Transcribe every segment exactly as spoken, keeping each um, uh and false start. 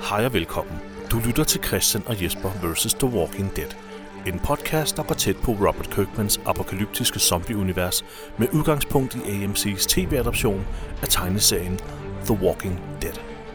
Hej og velkommen. Du lytter til Christian og Jesper versus. The Walking Dead. En podcast, der går tæt på Robert Kirkmans apokalyptiske zombie-univers med udgangspunkt i A M C's tv-adaption af tegneserien The Walking Dead.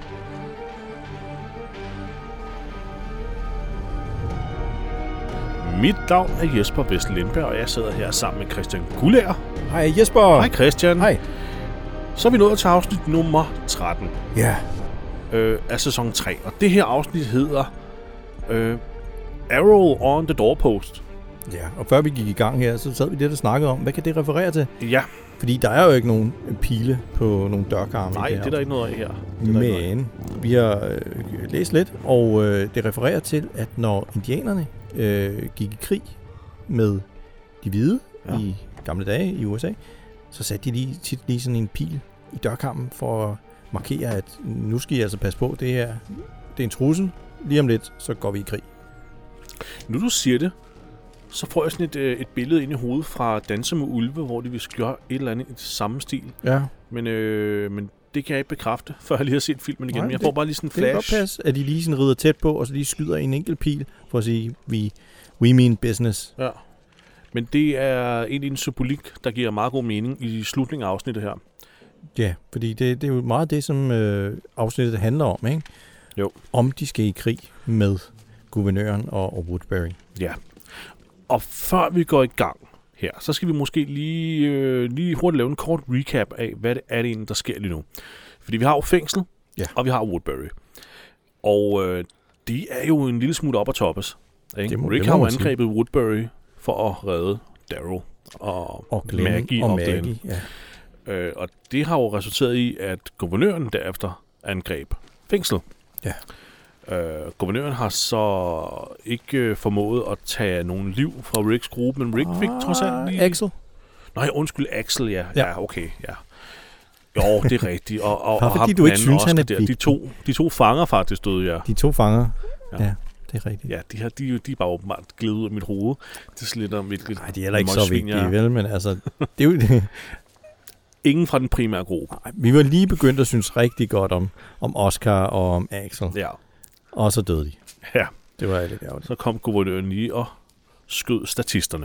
Mit navn er Jesper Vest Lindberg, og jeg sidder her sammen med Christian Guldager. Hej Jesper. Hej Christian. Hej. Så er vi nået til afsnit nummer tretten. Ja. Øh, af sæson tre. Og det her afsnit hedder øh, Arrow on the Doorpost. Ja, og før vi gik i gang her, så sad vi lidt og snakkede om, hvad kan det referere til? Ja. Fordi der er jo ikke nogen pile på nogle dørkarme. Nej, det er der ikke noget af her. Men vi har øh, læst lidt, og øh, det refererer til, at når indianerne øh, gik i krig med de hvide ja. i gamle dage i U S A, så satte de lige, tit lige sådan en pil i dørkarmen for at markere, at nu skal I altså passe på, det her det er en trussel. Lige om lidt, så går vi i krig. Nu du siger det, så får jeg sådan et, et billede ind i hovedet fra Danser med Ulve, hvor de vil gøre et eller andet i samme stil. Ja. Men, øh, men det kan jeg ikke bekræfte, før jeg lige har set filmen igen. Nej, jeg det, får bare lige sådan en flash. Det kan godt passe, at de lige sådan rider tæt på, og så lige skyder en enkelt pil, for at sige, we, we mean business. Ja. Men det er egentlig en symbolik, der giver meget god mening i slutningen af afsnittet her. Ja, fordi det, det er jo meget det, som øh, afsnittet handler om, ikke? Jo. Om de skal i krig med guvernøren og, og Woodbury. Ja. Og før vi går i gang her, så skal vi måske lige, øh, lige hurtigt lave en kort recap af, hvad det er det egentlig, der sker lige nu. Fordi vi har jo fængsel, ja. og vi har Woodbury. Og øh, de er jo en lille smule op at toppes. Ikke? Må, Rick har jo angrebet Woodbury for at redde Daryl og, og Glenn, Maggie og, og Maggie, Glenn. Ja. Øh, og det har jo resulteret i, at guvernøren derefter angreb fængslet. Ja. Øh, guvernøren har så ikke øh, formået at tage nogen liv fra Ricks gruppe, men Rick fik trods alt lige... Axel? Nej, undskyld, Axel, ja. Ja, ja okay, ja. Jo, det er rigtigt. Og, og, Bare og fordi du ikke synes, han er der. De to, de to fanger faktisk døde, ja. De to fanger, ja. ja, det er rigtigt. Ja, de, her, de, de er bare åbenbart glædet ud af mit hoved. Det slitter virkelig... Nej, de er heller ikke så vigtige, vel, men altså... Det er jo... Ingen fra den primære gruppe. Nej, vi var lige begyndt at synes rigtig godt om, om Oscar og om Axel. Ja. Og så døde de. Ja. Det var lidt ærgerligt. Så kom guvernøren lige og skød statisterne.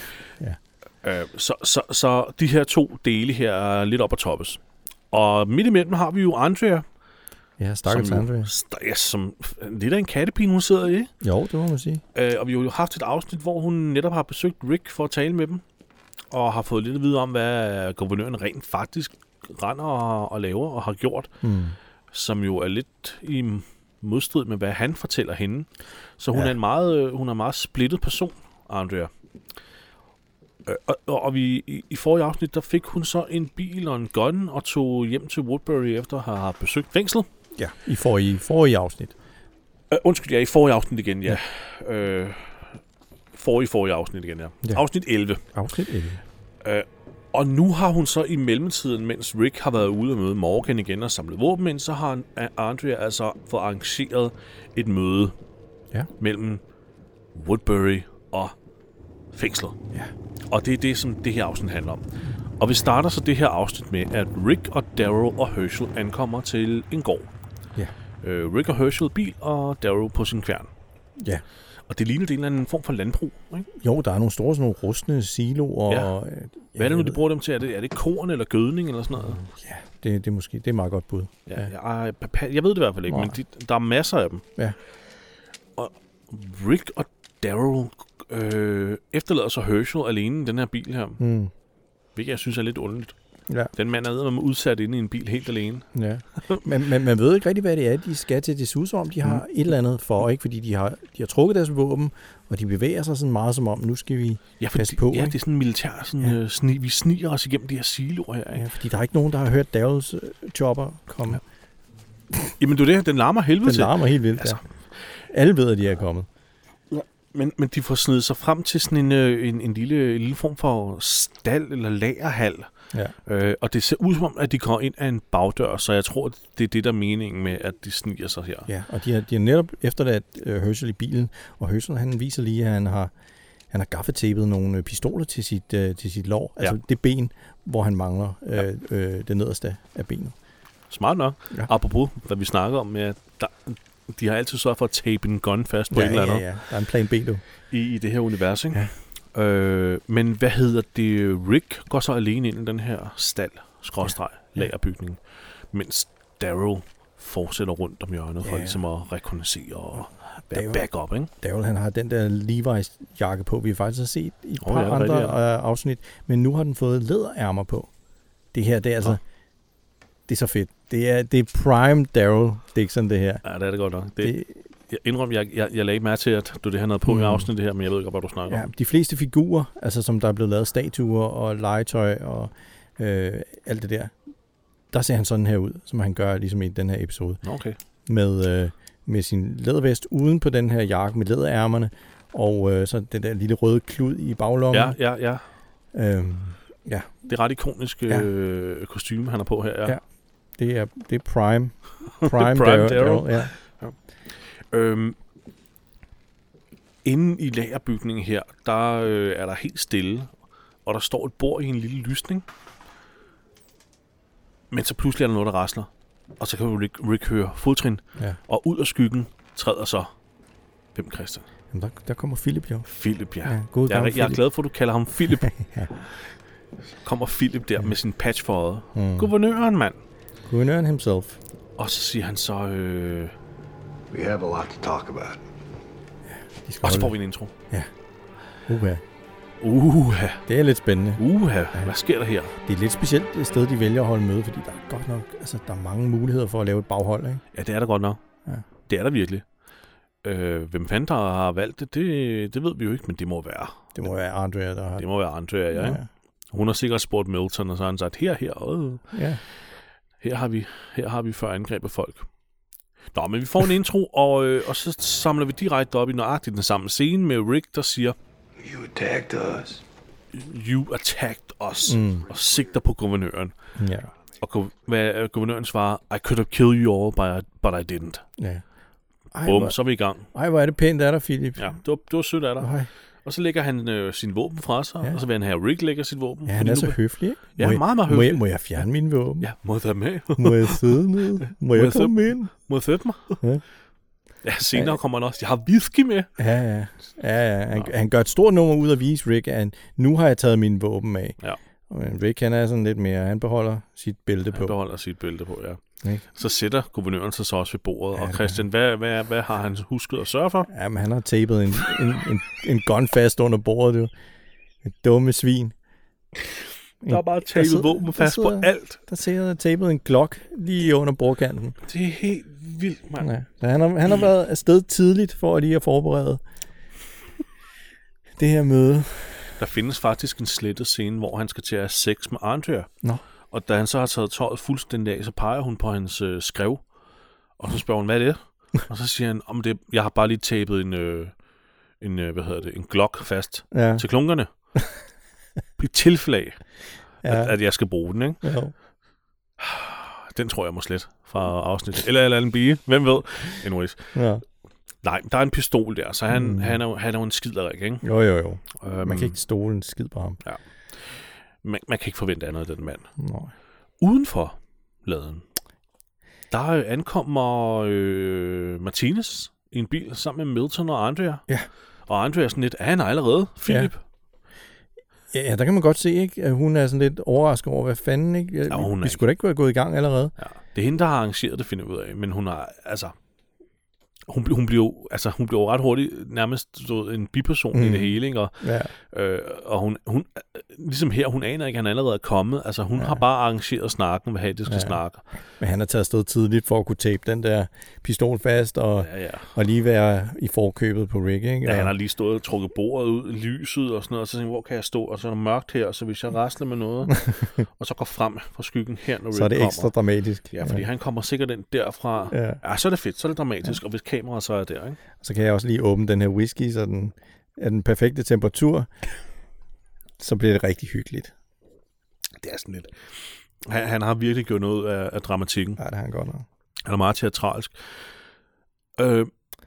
ja. øh, så, så, så de her to dele her er lidt op at toppes. Og midt imellem har vi jo Andrea. Ja, stakkels Andrea. St- ja, som lidt af en kattepine, hun sidder i. Jo, det må man sige. Øh, og vi har jo haft et afsnit, hvor hun netop har besøgt Rick for at tale med dem. Og har fået lidt at vide om, hvad guvernøren rent faktisk render og, og laver og har gjort. Mm. Som jo er lidt i modstrid med, hvad han fortæller hende. Så hun, ja. er, en meget, hun er en meget splittet person, Andrea. Og, og, og vi, i, i forrige afsnit, der fik hun så en bil og en gun og tog hjem til Woodbury efter at have besøgt fængslet. Ja, i forrige, forrige afsnit. Uh, undskyld, ja, i forrige afsnit igen, ja. ja. Uh, forrige, forrige afsnit igen, ja. ja. Afsnit elleve. Afsnit elleve. Uh, og nu har hun så i mellemtiden, mens Rick har været ude og møde Morgan igen og samlet våben ind, så har Andrea altså fået arrangeret et møde ja. mellem Woodbury og fængslet. Ja. Og det er det, som det her afsnit handler om. Og vi starter så det her afsnit med, at Rick og Daryl og Herschel ankommer til en gård. Ja. Uh, Rick og Herschel bil, og Daryl på sin kværn. Ja. Og det ligner, det er en eller anden form for landbrug, ikke? Jo, der er nogle store, sådan nogle rustne siloer. Ja. Og, hvad er det nu, de bruger dem til? Er det, er det korn eller gødning eller sådan noget? Ja, det, det er måske det er meget godt bud. Ja, ja. Jeg, jeg ved det i hvert fald ikke, Nej. men de, der er masser af dem. Ja. Og Rick og Daryl øh, efterlader så Herschel alene i den her bil her. Mm. Hvilket jeg synes er lidt underligt. Ja. Den mand er med udsat inde i en bil helt alene. Ja. Men, men man ved ikke rigtig, hvad det er, de skal til. Det synes om, de har mm. et eller andet for, ikke? Fordi de har, de har trukket deres våben, og de bevæger sig sådan meget som om, nu skal vi ja, passe på. Ja, det er sådan en militær, sådan, ja. øh, sni, vi sniger os igennem de her siloer her. Ikke? Ja, fordi der er ikke nogen, der har hørt Daryls uh, chopper komme. Ja. Jamen det er det, den larmer helvede til. Den larmer helt vildt, altså. Ja. Alle ved, at de er kommet. Ja. Men, men de får snedet sig frem til sådan en, en, en, lille, en lille form for stald eller lagerhal. Ja. Øh, og det ser ud som om, at de går ind af en bagdør, så jeg tror, det er det, der er meningen med, at de sniger sig her. Ja, og de har, de har netop efterladt uh, Herschel i bilen, og Herschel, han viser lige, at han har, han har gaffetapet nogle pistoler til sit, uh, til sit lår, altså ja. det ben, hvor han mangler uh, ja. øh, det nederste af benet. Smart nok. Ja. Apropos, hvad vi snakker om, med, der, de har altid sørget for at tape en gun fast på ja, et eller andet. Ja, ja, der er en plan B, du. I, i det her univers, ikke? Ja. Øh, men hvad hedder det? Rick går så alene ind i den her stald, skråstreg, ja. lagerbygning, mens Daryl fortsætter rundt om hjørnet ja. for ligesom at rekognoscere og være backup, ikke? Daryl, han har den der Levi's jakke på, vi faktisk har set i et par oh, ja, andre rigtigt, ja. afsnit, men nu har den fået læderærmer på. Det her, det er altså, ja. det er så fedt. Det er, det er prime Daryl Dixon, det her. Ja, det er det godt nok. Det, det Jeg indrømmer, jeg, jeg, jeg lagde ikke mærke til, at du det her noget på mm. i afsnittet her, men jeg ved ikke, hvad du snakker ja, om. De fleste figurer, altså som der er blevet lavet statuer og legetøj og øh, alt det der, der ser han sådan her ud, som han gør ligesom i den her episode. Okay. Med, øh, med sin lædervest uden på den her jakke med læderærmerne, og øh, så den der lille røde klud i baglommen. Ja, ja, ja. Øhm, ja. Det er ret ikoniske ja. øh, kostyme, han har på her. Ja, ja. Det, er, det er prime. Prime, prime Daryl. Ja. Ja. Øhm, inde i lagerbygningen her, der øh, er der helt stille, og der står et bord i en lille lysning. Men så pludselig er der noget, der rasler. Og så kan Rick, Rick høre fodtrin. Ja. Og ud af skyggen træder så... Hvem, Christian? Jamen, der, der kommer Philip jo. Philip, ja. ja god jeg, er, Philip. jeg er glad for, at du kalder ham Philip. ja. Kommer Philip der med sin patch for øjet. Mm. Guvernøren, mand. Guvernøren himself. Og så siger han så... Øh... We have a lot to talk about. Ja, og så får vi en intro. Ja. Uha. Uha. Det er lidt spændende. Uha. Hvad sker der her? Det er et lidt specielt sted, de vælger at holde møde, fordi der er godt nok, altså der er mange muligheder for at lave et baghold, ikke? Ja, det er der godt nok. Ja. Det er der virkelig. Øh, hvem fanden der har valgt det, det, det ved vi jo ikke, men det må være. Det må være Andrea, der har det. må være Andrea, ja. ja. Hun har sikkert spurgt Milton, og så har han sagt, her, her, øh. ja. her, har vi, her har vi før angrebet folk. Nå, men vi får en intro, og, øh, og så samler vi direkte op i nøjagtigt den samme scene med Rick, der siger, You attacked us. You attacked us. Mm. Og sigter på guvernøren. Ja. Og hvad guvernøren svarer, I could have killed you all, but I, but I didn't. Ja. Ej, Bum, hvor... så er vi i gang. Ej, hvor er det pænt af dig, Philip. Ja, det var, det var sødt af dig. Ej. Og så lægger han øh, sin våben fra sig, ja. og så vil han have Rick lægger sit våben. Ja, han er så høflig, ikke? Ja, må meget, meget høflig. Må jeg, må jeg fjerne min våben? Ja, må jeg være med? Må jeg sidde ned? Må, må jeg komme ind? Må jeg sætte mig? Ja. Ja, senere ja. kommer han også. Jeg har whisky med. Ja, ja. ja, ja. Han, ja. han gør et stort nummer ud af at vise Rick, at nu har jeg taget min våben af. Ja. Men Rick, han er sådan lidt mere. Han beholder sit bælte på. Han beholder sit bælte på, ja. Okay. Så sætter guvernøren sig så også ved bordet. Ja, og Christian, hvad, hvad, hvad har han husket at sørge for? Jamen, han har tapet en, en, en, en gun fast under bordet, jo. Et dumme svin. Der er bare tapet våben fast sidder, på alt. Der sidder tapet en Glock lige under bordkanten. Det er helt vildt, mand. Ja. Så han har, han har været afsted tidligt for at lige at forberede det her møde. Der findes faktisk en slettet scene, hvor han skal til at have sex med Andrea. Nå. Og da han så har taget tøjet fuldstændig af, så peger hun på hans øh, skrev. Og så spørger hun, hvad er det? Og så siger han, om det, jeg har bare lige tapet en, øh, en, øh, hvad hedder det, en Glock fast ja. til klunkerne. I tilfælde af, ja. at, at jeg skal bruge den, ikke? Ja. Den tror jeg må slet fra afsnittet. Eller eller en bige, hvem ved? Anyways. Ja. Nej, der er en pistol der, så han, mm. han, er, han er jo en skiderik, ikke? Jo, jo, jo. Øhm, man kan ikke stole en skid på ham. Ja. Man, man kan ikke forvente andet af den mand. Nej. Uden for laden, der ankommer øh, Martinez i en bil sammen med Milton og Andrea. Ja. Og Andrea er sådan lidt, er han allerede, Philip? Ja. Ja, ja, der kan man godt se, ikke, at hun er sådan lidt overrasket over, hvad fanden, ikke? Ja, hun vi vi skulle da ikke være gået i gang allerede. Ja, det er hende, der har arrangeret det, finder ud af, men hun har, altså, hun, hun bliver altså, hun bliver ret hurtigt nærmest så, en biperson mm. i det hele, ikke? Og, ja. øh, og hun, hun, ligesom her, hun aner ikke, at han allerede er kommet. Altså, hun ja. har bare arrangeret snakken, hvad det skal ja. snakke. Men han har taget afsted tidligt for at kunne tape den der pistol fast, og, ja, ja. og lige være i forkøbet på Rick, ikke? Ja, han har lige stået og trukket bordet ud, lyset og sådan noget, og så tænker hvor kan jeg stå? Og så er der mørkt her, så hvis jeg rasler med noget, og så går frem fra skyggen her, når Rick kommer. Så er det kommer. ekstra dramatisk. Ja, fordi ja. han kommer sikkert ind derfra. Ja. ja, så er det fedt, så er det dramatisk, ja. og hvis kameraet så er der, ikke? Så kan jeg også lige åbne den her whisky, så den er den perfekte temperatur. Så bliver det rigtig hyggeligt. Det er sådan lidt. Han, han har virkelig gjort noget af, af dramatikken. Ja, det har han godt nok. Han er meget teatralsk. Øh,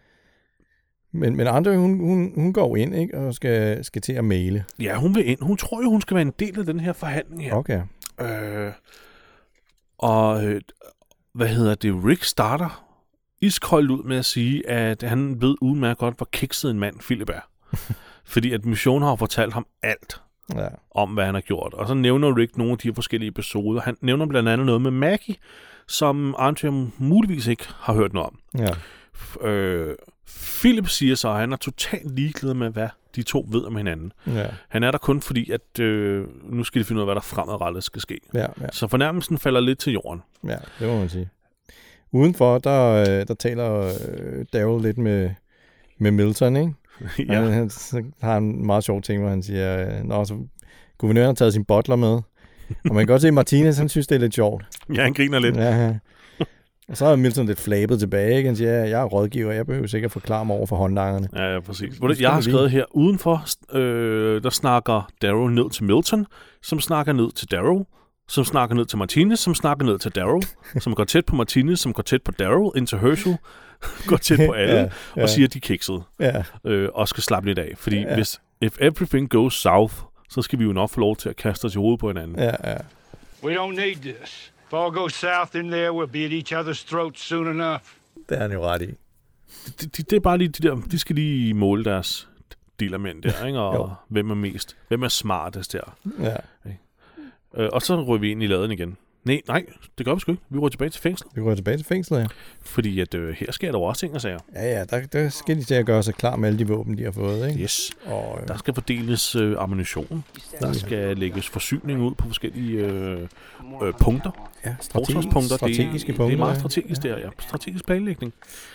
men, men Andre, hun, hun, hun går ind, ikke, og skal, skal til at male. Ja, hun vil ind. Hun tror jo, hun skal være en del af den her forhandling her. Okay. Øh, og øh, hvad hedder det? Rick starter iskoldt ud med at sige, at han ved udmærket godt, hvor kikset en mand Philip er. Fordi at Michonne har fortalt ham alt ja. om, hvad han har gjort. Og så nævner Rick nogle af de forskellige episoder. Han nævner blandt andet noget med Maggie, som Andrea muligvis ikke har hørt noget om. Ja. Øh, Philip siger så, at han er totalt ligeglad med, hvad de to ved om hinanden. Ja. Han er der kun fordi, at øh, nu skal de finde ud af, hvad der fremadrettet skal ske. Ja, ja. Så fornærmelsen falder lidt til jorden. Ja, det må man sige. Udenfor, der, der taler øh, Daryl lidt med, med Milton, ikke? Ja. Han, han, så har en meget sjov ting, hvor han siger, Nå, så guvernøren har taget sin butler med. Og man kan godt se, at Martinez, han synes, det er lidt sjovt. Ja, han griner lidt. Ja, ja. Og så er Milton lidt flabet tilbage, ikke? Han siger, jeg er rådgiver, jeg behøver sikkert forklare mig over for håndlangerne. Ja, ja, præcis. Jeg har skrevet her, udenfor, øh, der snakker Daryl ned til Milton, som snakker ned til Daryl, som snakker ned til Martinez, som snakker ned til Daryl, som går tæt på Martinez, som går tæt på Daryl, indtil Herschel går tæt på alle, ja, ja. og siger, at de er kiksede, ja. øh, og skal slappe lidt af. Fordi ja. hvis if everything goes south, så skal vi jo nok få lov til at kaste os i hovedet på hinanden. Ja, ja. We don't need this. If all goes south in there, we'll be at each other's throats soon enough. Det er han jo ret i. Det, det, det er bare lige de der, de skal lige måle deres dealermænd der, ikke? Og hvem er mest, hvem er smartest der. Ja. Okay. Øh, og så ryger vi ind i laden igen. Nej, nej, det gør vi sgu ikke. Vi ryger tilbage til fængslet. Vi ryger tilbage til fængslet, ja. Fordi at, øh, her sker der jo også ting og sager. Ja, ja, der, der skal de til at gøre sig klar med alle de våben, de har fået, ikke? Yes. Og, øh... Der skal fordeles øh, ammunition. Der skal lægges forsyning ud på forskellige øh, øh, punkter. Ja, strategi- punkter. strategiske det, punkter. Det er meget strategisk ja. der, ja. Strategisk planlægning.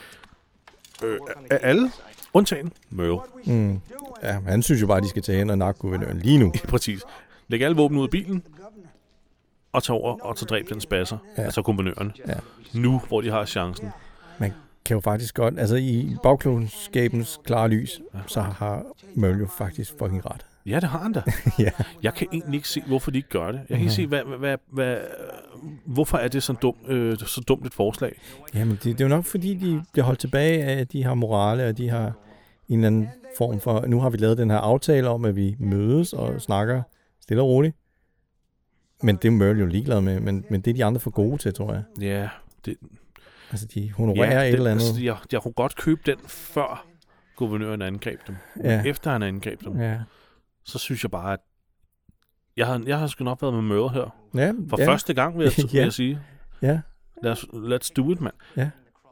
Øh, af alle, undtagen Merle. Mm. Ja, han synes jo bare, at de skal tage hen og nakke guvernøren lige nu. Præcis. Læg alle våben ud af bilen, og tage over og så dræb den spasser, ja. altså guvernøren. Ja. Nu, hvor de har chancen. Man kan jo faktisk godt, altså i bagklogskabens klare lys, ja. så har Merle jo faktisk fucking ret. Ja, det har han da. ja. Jeg kan egentlig ikke se, hvorfor de ikke gør det. Jeg kan ikke se, hvad, hvad, hvad, hvorfor er det så, dum, øh, så dumt et forslag? Jamen, det, det er jo nok, fordi de bliver holdt tilbage af, at de har morale, og de har en eller anden form for... Nu har vi lavet den her aftale om, at vi mødes og snakker stille og roligt. Men det er Merle jo ligeglad med, men, men det er de andre for gode til, tror jeg. Ja, det... Altså, de honorerer ja, det, et eller andet. Altså, jeg, jeg kunne godt købe den, før guvernøren angreb dem. Ja. Efter han angreb dem. Ja. Så synes jeg bare, at jeg har, jeg har sgu nok været med Merle her. Ja, For ja. første gang, vil jeg, ja. vil jeg sige. Ja. Let's, let's do it, mand. Ja.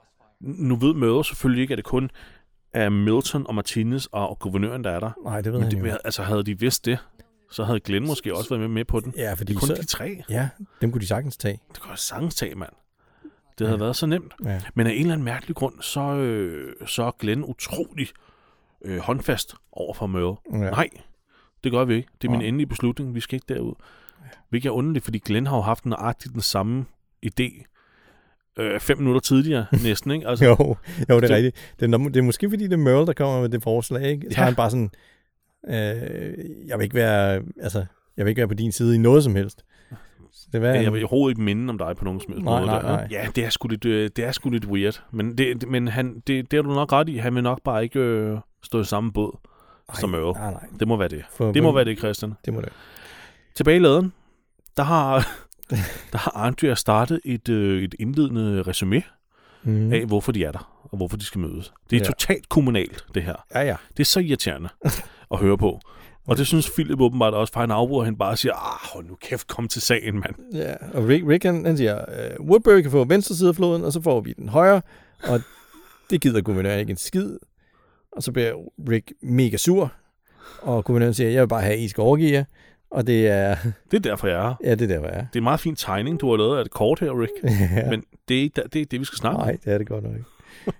Nu ved Merle selvfølgelig ikke, at det kun er Milton og Martinez og guvernøren, der er der. Nej, det ved Men han det, jo. Altså, havde de vidst det, så havde Glenn måske også været med, med på den. Ja, fordi det er kun så, de tre. Ja, dem kunne de sagtens tage. Det kunne jeg sagtens tage, mand. Det havde ja. været så nemt. Ja. Men af en eller anden mærkelig grund, så, øh, så er Glenn utrolig øh, håndfast over for Merle. Ja. Nej, det gør vi ikke. Det er min ja. endelige beslutning. Vi skal ikke derud. Ja. Hvilket er underligt, fordi Glenn har jo haft nøjagtigt den samme idé øh, fem minutter tidligere næsten, ikke? Altså, jo, jo, det er rigtigt. Det er, det er måske, fordi det er Merle, der kommer med det forslag, ikke? Så ja. har han bare sådan, øh, jeg vil ikke være, altså, jeg vil ikke være på din side i noget som helst. Det var, jeg vil overhovedet ikke minde om dig på nogen som helst måde. Nej, nej, nej. Ja, det er sgu lidt, det er sgu lidt weird. Men, det, men han, det, det er du nok ret i. Han vil nok bare ikke øh, stå i samme båd Ej, som Merle. Nej, nej. Det må være det. For, det må være det, Christian. Det må det. Tilbage i laden, der har, der har Andrea startet et, øh, et indledende resumé mm. af, hvorfor de er der, og hvorfor de skal mødes. Det er ja. totalt kommunalt, det her. Ja, ja. Det er så irriterende at høre på. Og det synes Philip åbenbart også, for han afbruger han bare og siger, ah, hold nu kæft, kom til sagen, mand. Ja, og Rick, Rick han, han siger, uh, Woodbury kan få venstre side af floden, og så får vi den højre, og det gider guvernøren ikke en skid. Og så bliver Rick mega sur, og guvernøren siger, jeg vil bare have, at I skal overgive jer. Og det er... Det er derfor, jeg er. Ja, det er derfor, jeg er. Det er en meget fin tegning, du har lavet af et kort her, Rick. Ja. Men det er ikke det, det, det, vi skal snakke om. Nej, det er det godt nok ikke.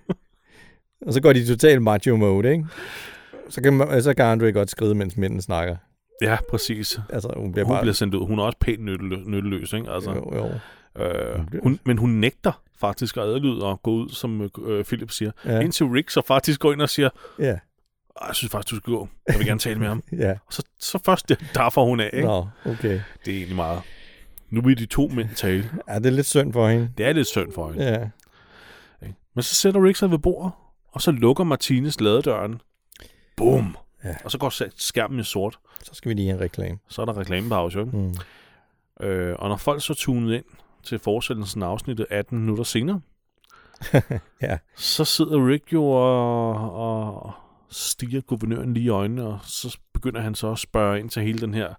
Og så går de totalt macho mode, ikke? Så kan, så kan Andre godt skride, mens mændene snakker. Ja, præcis. Altså, hun bliver, hun bare... bliver sendt ud. Hun er også pænt nytteløs, nytteløs ikke? Altså, jo, jo. Øh, hun, men hun nægter faktisk at adlyde og gå ud, som øh, Philip siger. Ja. Indtil Rick så faktisk går ind og siger, ja. jeg synes faktisk, du skal gå. Jeg vil gerne tale med ham. ja. Og så, så først det, der får hun af, ikke? Nå, okay. Det er egentlig meget. Nu vil de to mænd tale. Ja, det er lidt synd for hende. Det er lidt synd for hende. Ja. Men så sætter Rick sig ved bordet, og så lukker Martinez ladedøren. Boom! Ja. Og så går skærmen i sort. Så skal vi lige have en reklame. Så er der reklamepause, ikke? Mm. Øh, og når folk så tunet ind til fortsættelsen af afsnittet atten minutter senere, Ja. Så sidder Rick jo og, og stiger guvernøren lige i øjnene, og så begynder han så at spørge ind til hele den her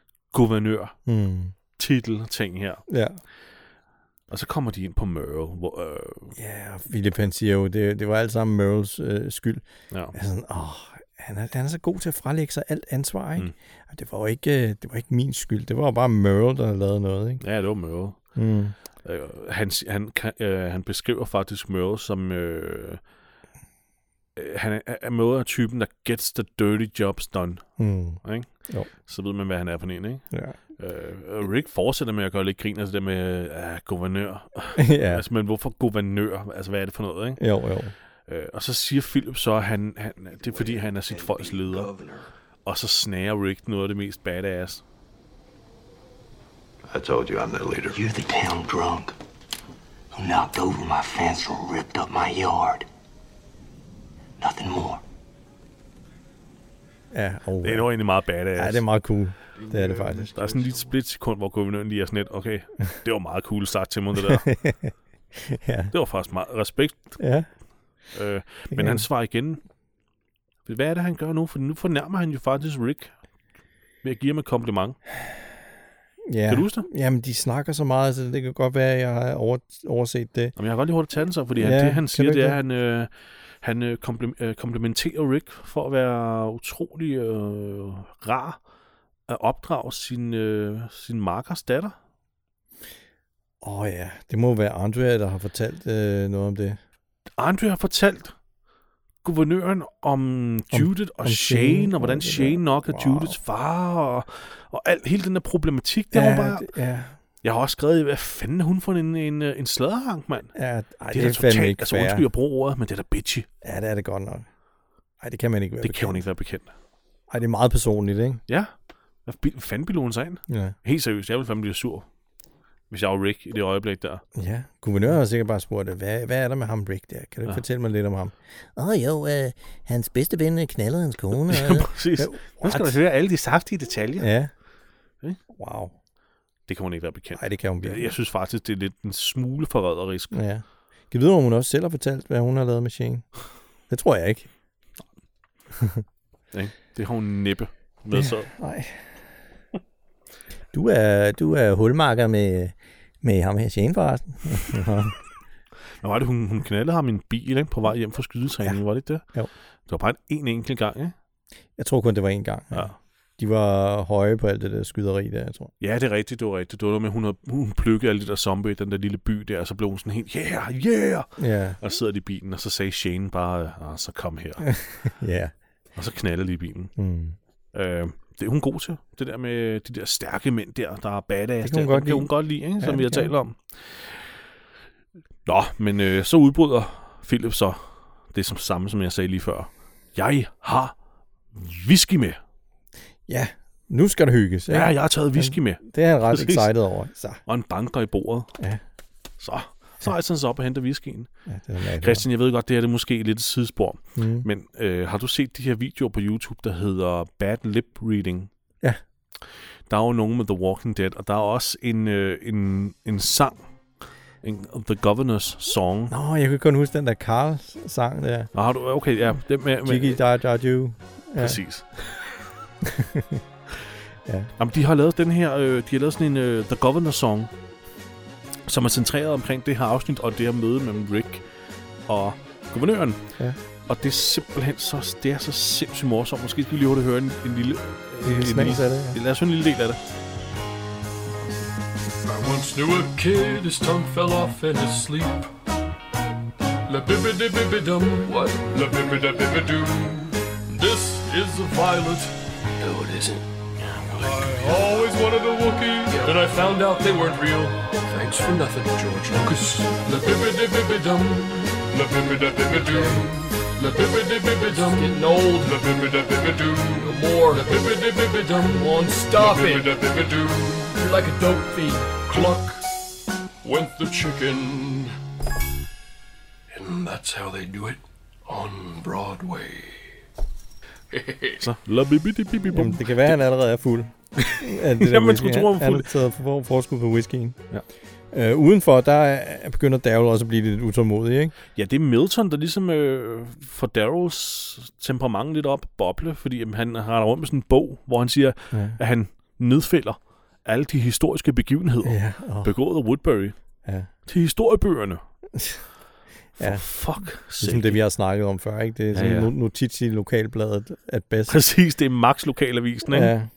guvernør-titel-ting her. Ja. Og så kommer de ind på Merle. Hvor, øh, Ja, og Philip han siger jo, det, det var alt sammen Merles øh, skyld. ja. Altså, åh, han, er, han er så god til at frelægge sig alt ansvar, ikke? Mm. Og det var jo ikke, øh, det var ikke min skyld. Det var jo bare Merle, der havde lavet noget, ikke? ja, det var Merle. Mm. Øh, han, han, kan- øh, han beskriver faktisk Merle som... Øh, øh, han er, er Merle er typen, der gets the dirty jobs done. Mm. Ikke? Jo. Så ved man, hvad han er for en, ikke? Ja. Øh, Rick fortsætter med at gøre lidt grin af det der med uh, guvernør. Ja. Altså, men hvorfor guvernør? Altså, hvad er det for noget, ikke? Jo, jo. Øh, og så siger Philip så, at han, han, det er fordi, han er sit folks leder. Og så snager Rick noget af det mest badass. I told you I'm the leader. You're the town drunk who knocked over my fence and ripped up my yard. Nothing more. Ja, og, Det er jo egentlig meget badass. ja, det er meget cool. Det er det faktisk. Der er sådan lige et split sekund, hvor guvernøren lige er sådan lidt, okay, det var meget cool sagt til mig, det der. Ja. Det var faktisk meget respekt. Ja. Øh, men han svarer igen. Hvad er det, han gør nu? For nu fornærmer han jo faktisk Rick ved at give ham et kompliment. Ja. Kan du huske det? Jamen, de snakker så meget, så det kan godt være, at jeg har over, overset det. Jamen, jeg har godt lige hurtigt tage den så, fordi han, Ja, det, han kan siger, du det ikke er, at han, øh, han øh, komplim- øh, komplimenterer Rick for at være utrolig øh, rar at opdrage sin, øh, sin markers datter. Åh oh, ja, det må være Andrea, der har fortalt øh, noget om det. Andre har fortalt guvernøren om Judith og om Shane, Shane, og hvordan og det Shane der. nok er Wow. Judiths far, og, og alt, hele den der problematik, der var bare... det, ja, Jeg har også skrevet, hvad fanden er hun for en, en, en sladderhank, mand? ja, ej, Det det, er det da er fandme totalt, ikke altså fair. undskyld, jeg bruger ordet, men det er da bitchy. Ja, det er det godt nok. Nej, det kan man ikke være Det kan hun bekendt. ikke være bekendt. Ej, det er meget personligt, ikke? Ja, hvad bil- fanden bilder hun sig ind? Ja. Helt seriøst, jeg ville fandme blive sur, hvis jeg var Rick i det øjeblik der. Ja, guvernøren har sikkert bare spurgt, hvad, hvad er der med ham, Rick, der? Kan du ikke Ja. fortælle mig lidt om ham? Åh oh, jo, øh, hans bedste ven knaldede hans kone. Ja, præcis. Ja, Nu skal what? du høre alle de saftige detaljer. Ja. Ikke? Wow. Det kan hun ikke være bekendt. Nej, det kan hun Jeg, virkelig. jeg synes faktisk, det er lidt en smule forræderisk. Ja. Kan du vide, om hun også selv har fortalt, hvad hun har lavet med Shane? Det tror jeg ikke. Ikke? Det har hun næppe med så. Nej. Du er, du er hulmarker med, med ham her, Shane, forresten. Hvad var det, hun, hun knaldede ham i en bil, ikke? På vej hjem fra skydetræning, ja. Var det ikke det? Jo. Det var bare en, en enkelt gang, ikke? Jeg tror kun, det var en gang. Ja. De var høje på alt det der skyderi der, jeg tror. Ja, det er rigtigt, det var rigtigt. Det var noget med, hun, havde, hun plukkede alle de der zombie i den der lille by der, og så blev hun sådan helt, yeah, yeah! Ja. Og så sidder de i bilen, og så sagde Shane bare, ah, så kom her. Ja. Og så knaldede de i bilen. Mm. Øh, det er hun god til. Det der med de der stærke mænd der, der er badass. Det kan hun der, godt dem kan lide. hun godt lide, ikke? Som Ja, vi har det kan talt om. Nå, men øh, så udbryder Philip så det som samme, som jeg sagde lige før. Jeg har whisky med. Ja, nu skal der hygges. Ikke? Ja, jeg har taget whisky med. Det er jeg ret Præcis. excited over. Så. Og en banker i bordet. Ja. Så, så rejser han sig op og henter whiskyen. Ja, det er mærkeligt. Christian, jeg ved godt, det her det er måske lidt et sidespor. Mm. Men øh, har du set de her videoer på YouTube, der hedder Bad Lip Reading? Ja. Der er jo nogen med The Walking Dead, og der er også en, øh, en, en sang, en The Governor's Song. Nå, jeg kan kun huske den der Carl-sang der. Nå, har du, okay, ja. Det med, med, Jiggy da da du. Ja. Præcis. Ja. Jamen, de har lavet den her, øh, de har lavet sådan en uh, The Governor's Song, som er centreret omkring det her afsnit, og det her møde mellem Rick og guvernøren. Ja. Og det er simpelthen så, det er så sindssygt morsomt. Måske skal vi lige hurtigt høre en, en lille... En lille snæs af det, ja. Lad os høre en lille del af det. I once knew a kid, his tongue fell off in his sleep. La bibbidi bibbi dum, what? La bibbidi bibbi doo. This is a violet. No, it isn't. I always wanted a Wookiee, then I found out they weren't real. Thanks for nothing, George Lucas. La bibbidi bibbi dum, la bibbidi bibbi doo. La bibbidi bibbi dum, getting old. La bibbidi bibbi doo, no more. La bibbidi bibbi dum, one stop it. La bibbidi bibbi doo, you're like a dope fiend. Cluck went the chicken, and that's how they do it on Broadway. Så, la bibidi bibi bum. Jamen, det kan være, at han allerede er fuld. Af det der Jamen, man whisky. skulle tro, han var Han fuld. har taget for, forskud på whiskyen. Ja. Uh, udenfor, der er, begynder Daryl også at blive lidt utålmodig, ikke? Ja, det er Milton, der ligesom øh, får Daryls temperament lidt op boble, fordi jamen, han har rundt med sådan en bog, hvor han siger, ja. at han nedfælder alle de historiske begivenheder, ja, oh. begået af Woodbury, ja. til historiebøgerne. For ja. fuck sake. Det er det, vi har snakket om før, ikke? Det er sådan ja, ja. notits i lokalbladet at bedst. Præcis, det er Max lokalavisen, ikke? Ja.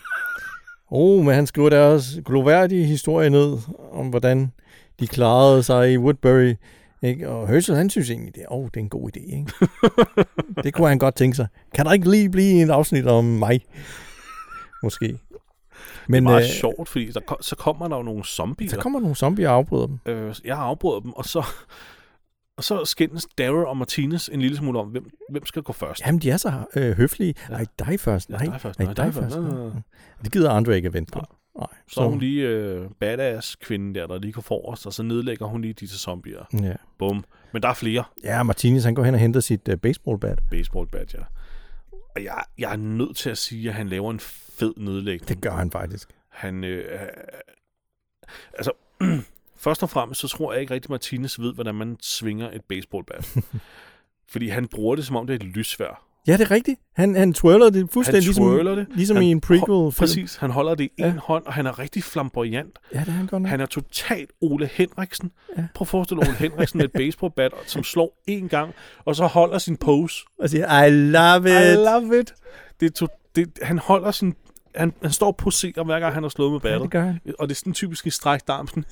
Oh, men han skriver der også gloværdige historie ned om, hvordan de klarede sig i Woodbury. Ikke? Og Herschel, han synes egentlig, det er, oh, det er en god idé. Ikke? Det kunne han godt tænke sig. Kan der ikke lige blive en afsnit om mig? Måske. Men, det er meget øh, sjovt, fordi der, så kommer der jo nogle zombier. Så kommer nogle zombier og afbryder dem. Øh, jeg afbryder dem, og så... Og så skændes Daryl og Martinez en lille smule om, hvem, hvem skal gå først. Jamen, de er så øh, høflige. Ja. Nej, dig først. Nej, ja, dig først. Nej, Nej, dig, dig først. først. Ja. Det gider Andre ikke at vente på. Ja. Nej. Så er hun lige øh, badass-kvinden der, der lige går forrest, og så nedlægger hun lige disse zombier. Ja. Bum. Men der er flere. Ja, Martinez, han går hen og henter sit uh, baseballbat. Baseballbat, ja. Og jeg, jeg er nødt til at sige, at han laver en fed nedlægning. Det gør han faktisk. Han, øh, øh, altså... Først og fremmest, så tror jeg ikke rigtig, Martinez ved, hvordan man svinger et baseballbat. Fordi han bruger det, som om det er et lysvær. Ja, det er rigtigt. Han, han twirler det fuldstændig, han twirler ligesom, det. ligesom han i en prequel-film. Præcis, han holder det i ja. en hånd, og han er rigtig flamboyant. Ja, det er han godt nok. Han er totalt Ole Henriksen. Ja. Prøv at forestille Ole Henriksen med et baseballbat, som slår én gang, og så holder sin pose. Og siger, I love it. I love it. Det er to, det, han holder sin... Han, han står og poserer, hver gang han har slået med battet. Ja, det gør han. Og det er sådan typisk i strækt arm, sådan...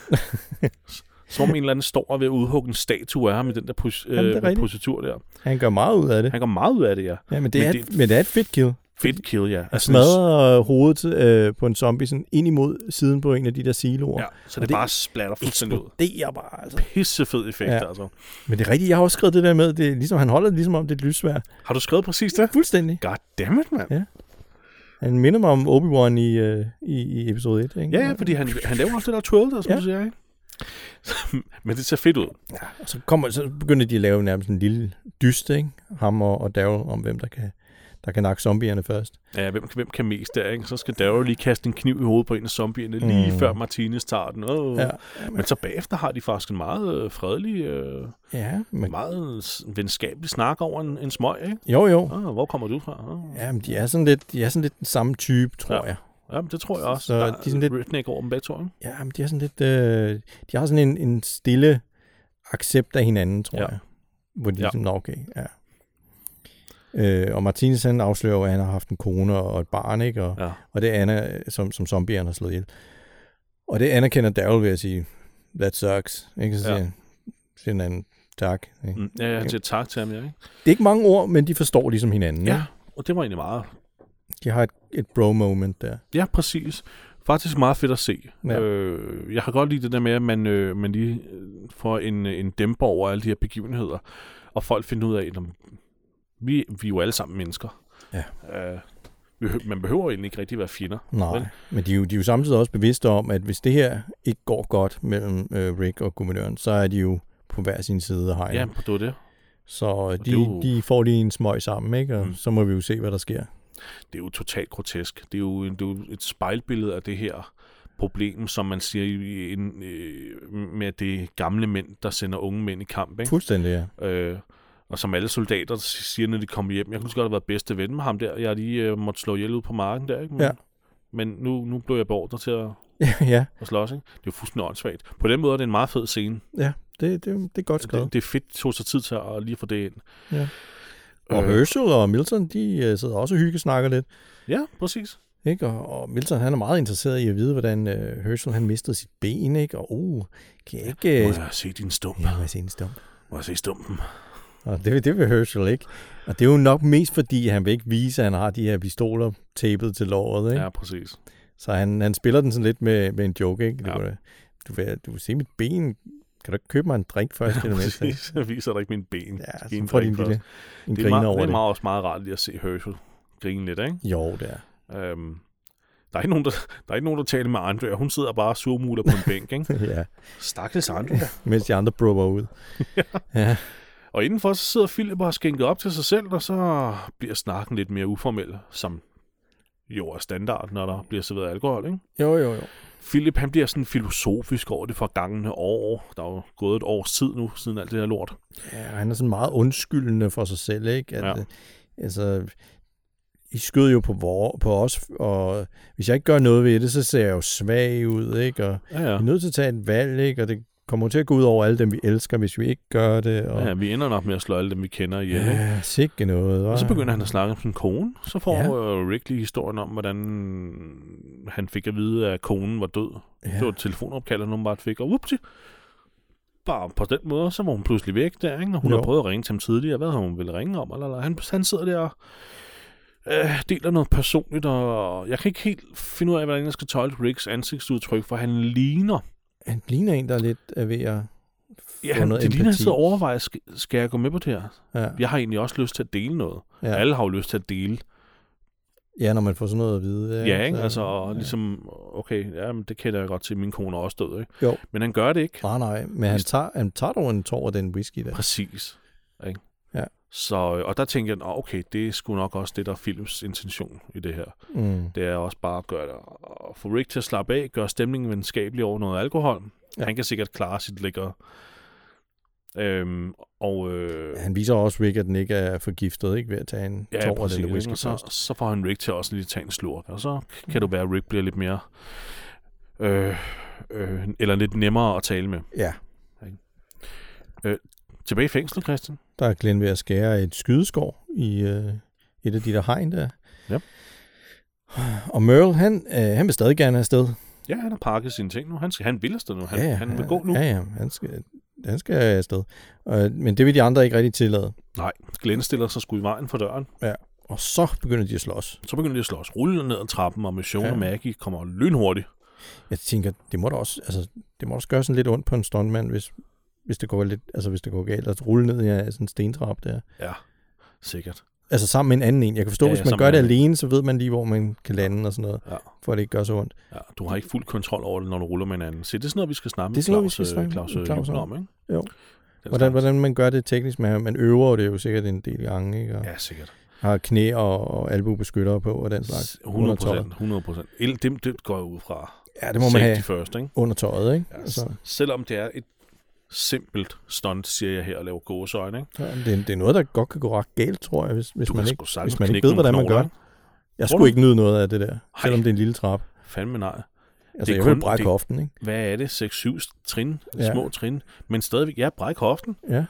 Som en eller anden står ved at udhugge en statue af ham i den der pos- øh, positur der. Han gør meget ud af det. Han gør meget ud af det, ja. Ja, men det, men er, det, men det er et fedt kill. Fedt kill, ja. Altså, smadrer hovedet øh, på en zombie sådan ind imod siden på en af de der siloer. Ja, så det, det bare splatter fuldstændig ud. Det er bare, altså. Pissefed effekt, ja. Altså. Men det er rigtigt, jeg har også skrevet det der med, det er, ligesom, han holder det ligesom om det er et lysvær. Har du skrevet præcis det? Fuldstændig. Goddammit, mand. Ja. Han minder mig om Obi-Wan i, øh, i, i episode et, ikke? Ja, ja, fordi han, han laver også det der twirl, der, som ja. du siger, ikke? Men det ser fedt ud. Ja, og så, kommer, så begynder de at lave nærmest en lille dyste, ikke? Ham og, og Daryl, om hvem der kan, der kan nakke zombierne først. Ja, hvem, hvem kan mest der, ikke? Så skal Daryl lige kaste en kniv i hovedet på en af zombierne, mm. lige før Martinez tager den. Oh. Ja, men, men så bagefter har de faktisk en meget øh, fredelig, øh, ja, men... meget venskabelig snak over en, en smøg, ikke? Jo, jo. Ah, hvor kommer du fra? Oh. Ja, men de er sådan lidt, de er sådan lidt den samme type, tror ja. jeg. Ja, det tror jeg også. Så der de er sådan lidt redneck over dem begge to. Ja, men de er sådan lidt... Øh, de har sådan en, en stille accept af hinanden, tror ja. jeg. Hvor de ja. sådan, okay, ja. Øh, og Martinez, han afslører jo, at han har haft en kone og et barn, ikke? Og, ja. og det er Anna, som, som zombierne har slået ihjel. Og det anerkender Daryl ved at sige, that sucks. Ikke? Så siger ja. han, siger han tak. Ikke? Mm, ja, jeg siger tak til ham, ja. Ikke? Det er ikke mange ord, men de forstår ligesom hinanden. Ja, ikke? og det var egentlig meget... De har et, et bro-moment der. Ja, præcis. Faktisk meget fedt at se. Ja. Øh, jeg har godt lide det der med, at man, øh, man lige får en, en dæmper over alle de her begivenheder, og folk finder ud af, at vi, vi er jo alle sammen mennesker. Ja. Øh, man behøver egentlig ikke rigtig være fjender. Nej, men, men de, er jo, de er jo samtidig også bevidste om, at hvis det her ikke går godt mellem øh, Rick og guvernøren, så er de jo på hver sin side af hegnet. Ja, det var det. Så de, jo... de får lige en smøg sammen, ikke? Og mm. så må vi jo se, hvad der sker. Det er jo totalt grotesk. Det er jo, det er jo et spejlbillede af det her problem, som man siger i, en, øh, med det gamle mænd, der sender unge mænd i kamp. Ikke? Fuldstændig, ja. Øh, og som alle soldater siger, når de kommer hjem, jeg kunne godt have været bedste ven med ham der. Jeg har lige øh, måtte slå ihjel ud på marken der. Ikke? Men, ja. men nu, nu blev jeg beordret til at, ja. at slås. Ikke? Det er jo fuldstændig åndssvagt. På den måde er det en meget fed scene. Ja, det, det, det er godt skrevet. Det, det er fedt, tog sig tid til at lige få det ind. Ja. Og Herschel og Milton, de uh, sidder også og hyggesnakker lidt. Ja, præcis. Ikke? Og, og Milton, han er meget interesseret i at vide, hvordan uh, Herschel, han mistede sit ben, ikke? Og uh, kan jeg ikke... Uh... Må jeg se din stump? Ja, må jeg se din stump? Må jeg se stumpen? Og det, det vil Herschel ikke. Og det er jo nok mest, fordi han vil ikke vise, at han har de her pistoler tapet til låret, ikke? Ja, præcis. Så han, han spiller den sådan lidt med, med en joke, ikke? Ja. Du, du, vil, du vil se mit ben... Kan du ikke købe mig en drink først? Ja, præcis. Jeg viser dig ikke mine ben. Ja, så får de en lille en det er meget, over det. Det er meget, også meget rart lige at se Herschel grine lidt, ikke? Jo, det er. Øhm, der, er ikke nogen, der, der er ikke nogen, der taler med Andrea. Hun sidder bare surmuler på en bænk, ikke? ja. Stakkels Andrea. Mens de andre prober ud. ja. ja. Og indenfor så sidder Philip og har skænket op til sig selv, og så bliver snakken lidt mere uformel, som jo er standard, når der bliver serveret alkohol, ikke? Jo, jo, jo. Philip, han bliver sådan filosofisk over det forgangne år. Der er jo gået et års tid nu, siden alt det her lort. Ja, han er sådan meget undskyldende for sig selv, ikke? At, Ja. øh, altså, I skød jo på, vor, på os, og hvis jeg ikke gør noget ved det, så ser jeg jo svag ud, ikke? Og Ja, ja. vi er nødt til at tage et valg, ikke? Og det kommer til at gå ud over alle dem, vi elsker, hvis vi ikke gør det. Og... Ja, vi ender nok med at slå alle dem, vi kender ihjel, ikke? Ja, sikke noget. Og så begynder han at snakke om sin kone. Så får Ja. ja. Rick lige historien om, hvordan han fik at vide, at konen var død. Ja. Det var et telefonopkald, han nogen bare fik. Og whoopty, bare på den måde, så var hun pludselig væk der, ikke? Og hun Jo. har prøvet at ringe til ham tidligere. Hvad har hun ville ringe om? Eller, eller. Han, han sidder der og øh, deler noget personligt, og jeg kan ikke helt finde ud af, hvordan jeg skal tolke Ricks ansigtsudtryk, for han ligner... Han ligner en, der er lidt er ved at få Ja, han, noget det ligner, han empati. sidder og overvejer, skal, skal jeg gå med på det her? Ja. Jeg har egentlig også lyst til at dele noget. Ja. Ja. Alle har jo lyst til at dele. Ja, når man får sådan noget at vide. Ja, ikke? Så- Altså, og ja. ligesom, okay, ja, men det kender jeg godt til, min kone er også død, ikke? Jo. Men han gør det ikke. Nej, nej, men han tager, han tager dog en tår af den whisky der. Præcis. Ikke? Ja. Så, og der tænker jeg, "Nå, okay, det er sgu nok også det, der er Philips intention i det her. Mm. Det er også bare at gøre det, at få Rick til at slappe af, gøre stemningen venskabelig over noget alkohol. Ja. Ja. Han kan sikkert klare sit lækker. Øhm, og øh, Han viser også Rick, at den ikke er forgiftet, ikke ved at tage en ja, tår af præcis, den ikke? whisky Og så, først. så får han Rick til også lige at tage en slurk, og så kan det være, at Rick bliver lidt mere, øh, øh, eller lidt nemmere at tale med. Ja, Tilbage i fængslet, Christian. der er Glenn ved at skære et skydeskår i øh, et af de der hegn der. Ja. Og Merle, han, øh, han vil stadig gerne afsted. Ja, han har pakket sine ting nu. Han, skal, han vil afsted nu. Han, ja, ja, han vil gå nu. Ja, ja, han skal, han skal afsted. Øh, men det vil de andre ikke rigtig tillade. Nej, Glenn stiller sig sgu i vejen for døren. Ja. Og så begynder de at slås. Så begynder de at slås. Rulle ned ad trappen, og Mission Ja. ja. og Maggie kommer lynhurtigt. Jeg tænker, det må da også, altså, det må også gøre sådan lidt ondt på en stuntmand, hvis, hvis det går lidt, altså hvis det går galt, at rulle ned i ja, sådan en stentrap der. Ja, sikkert. Altså sammen med en anden en. Jeg kan forstå, Ja, ja, ja, hvis man sammen gør med det en anden. alene, så ved man lige, hvor man kan lande og sådan noget, Ja. for at det ikke gør så ondt. Ja, du har ikke fuld kontrol over det, når du ruller med hinanden. Se, det er sådan noget, vi skal snakke Det er med sådan noget, vi Claus, skal snakke øh, Claus, med øh, Claus Juhl om. om, ikke? Jo. Den Hvordan, slags. hvordan man gør det teknisk, man, man øver jo det jo sikkert en del gange, ikke? Og Ja, sikkert. har knæ og, og albubeskyttere på og den slags. hundrede under tøjet. procent. hundrede procent. Det, det går jeg ud fra. Ja, det må man have Safety first, ikke? under tøjet, ikke? Ja, Altså, selvom det er et simpelt stunt, siger jeg her, at lave gåseøjne, ikke? så det, er- det er noget, der godt kan gå ret galt, tror jeg, hvis, hvis Du man kan ikke, sgu sagtens hvis man ikke knække ved, hvordan nogle man gør. knogler, Jeg Tror skulle du? ikke nyde noget af det der, selvom det er en lille trap. Fandme nej. Altså, Det er jeg vil kun- brække det- hoften, ikke? Hvad er det? seks syv trin? Ja. Små trin? Men stadigvæk, ja, bræk hoften. Ja.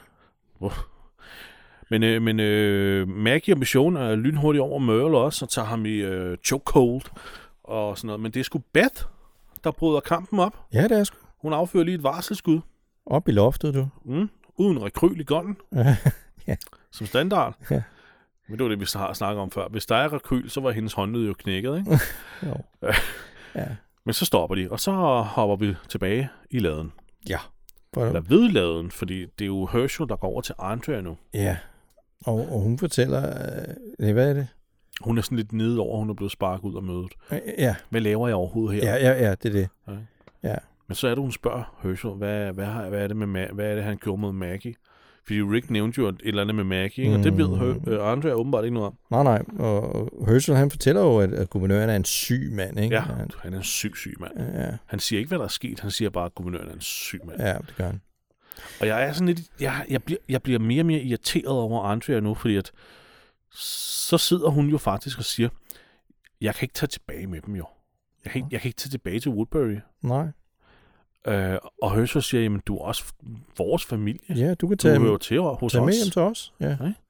Men, øh, men øh, Maggie og Mission er lynhurtigt over Merle også, og tager ham i øh, chokehold og sådan noget. Men det er sgu Beth, der bryder kampen op. Ja, det er sgu. Hun affører lige et varselsskud. Op i loftet, du. Mm, uden rekryl i gunnen. Ja. Som standard. Ja. Men det var det, vi har snakket om før. Hvis der er rekryl, så var hendes håndled jo knækket, ikke? Jo. Ja. Men så stopper de, og så hopper vi tilbage i laden. Ja. For, Eller ved laden, fordi det er jo Herschel, der går over til Andrea nu. ja. Og, og hun fortæller... Øh, nej, hvad er det? Hun er sådan lidt nede over, hun er blevet sparket ud af mødet. Øh, Ja, Hvad laver jeg overhovedet her? ja, ja, ja, det er det. Ja. Ja. Men så er det, hun spørger Herschel, hvad, hvad, har- hvad, er det med, Ma- hvad er det, han gjorde mod Maggie? Fordi Rick nævnte jo et eller andet med Maggie, ikke? Og det ved Her- øh, Andrea åbenbart ikke noget om. Nej, nej. Og og Herschel, han fortæller jo, at, at guvernøren er en syg mand, ikke? Ja, Han, han er en syg, syg mand. ja, Han siger ikke, hvad der er sket. Han siger bare, at guvernøren er en syg mand. ja, det gør han. Og jeg er sådan lidt... Jeg, jeg, bliver, jeg bliver mere og mere irriteret over Andrea nu, fordi at så sidder hun jo faktisk og siger, jeg kan ikke tage tilbage med dem jo. Jeg kan ikke, jeg kan ikke tage tilbage til Woodbury. Nej. Øh, og Herschel siger, jamen du er også vores familie. Ja, du kan Du tage, hører til hos tage os. med hjem til os. Ja.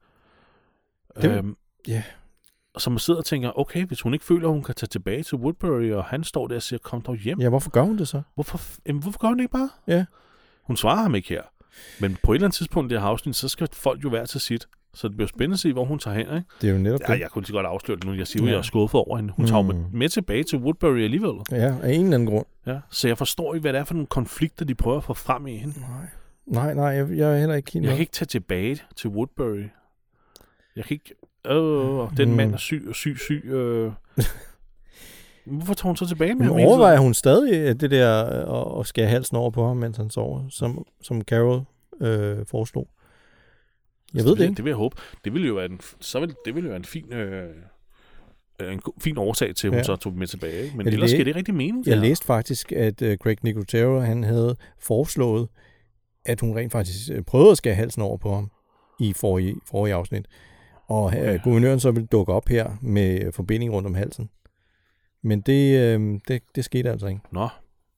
Det- Øhm, ja. Så man sidder og tænker, okay, hvis hun ikke føler, at hun kan tage tilbage til Woodbury, og han står der og siger, kom dog hjem. Ja, hvorfor gør hun det så? Hvorfor, jamen, hvorfor gør hun det ikke bare? Ja. Hun svarer ham ikke her. Men på et eller andet tidspunkt i det her afsnit, så skal folk jo være til sit. Så det bliver spændende at se, hvor hun tager hen, ikke? Det er jo netop Ja, det. jeg kunne lige så godt afsløre det nu. Jeg siger jo, Ja. jeg er skuffet over hende. Hun tager Mm. med, med tilbage til Woodbury alligevel. Ja, af en eller anden grund. Ja. Så jeg forstår ikke, hvad det er for nogle konflikter, de prøver at få frem i hende. Nej. Nej, nej, jeg, jeg er heller ikke helt Jeg med. kan ikke tage tilbage til Woodbury. Jeg kan ikke... Øh, den Mm. mand er syg, syg, syg. Øh. Hvorfor tager hun så tilbage med Men ham? hele overvejer tiden? hun stadig øh, det der øh, at skære halsen over på ham, mens han sover, som, som Carol øh, foreslog? Jeg ved det vil, ikke. Det vil jeg håbe. Det ville jo være en, så vil, det ville jo være en fin... Øh, en fin årsag til, at hun Ja. så tog dem med tilbage. Ikke? Men Jeg ellers læ- giver det ikke rigtig mening. det Jeg her. læste faktisk, at uh, Greg Nicotero, han havde foreslået, at hun rent faktisk uh, prøvede at skære halsen over på ham i forrige, forrige afsnit. Og uh, Okay. guvernøren så ville dukke op her med uh, forbinding rundt om halsen. Men det, uh, det, det skete altså ikke. Nå.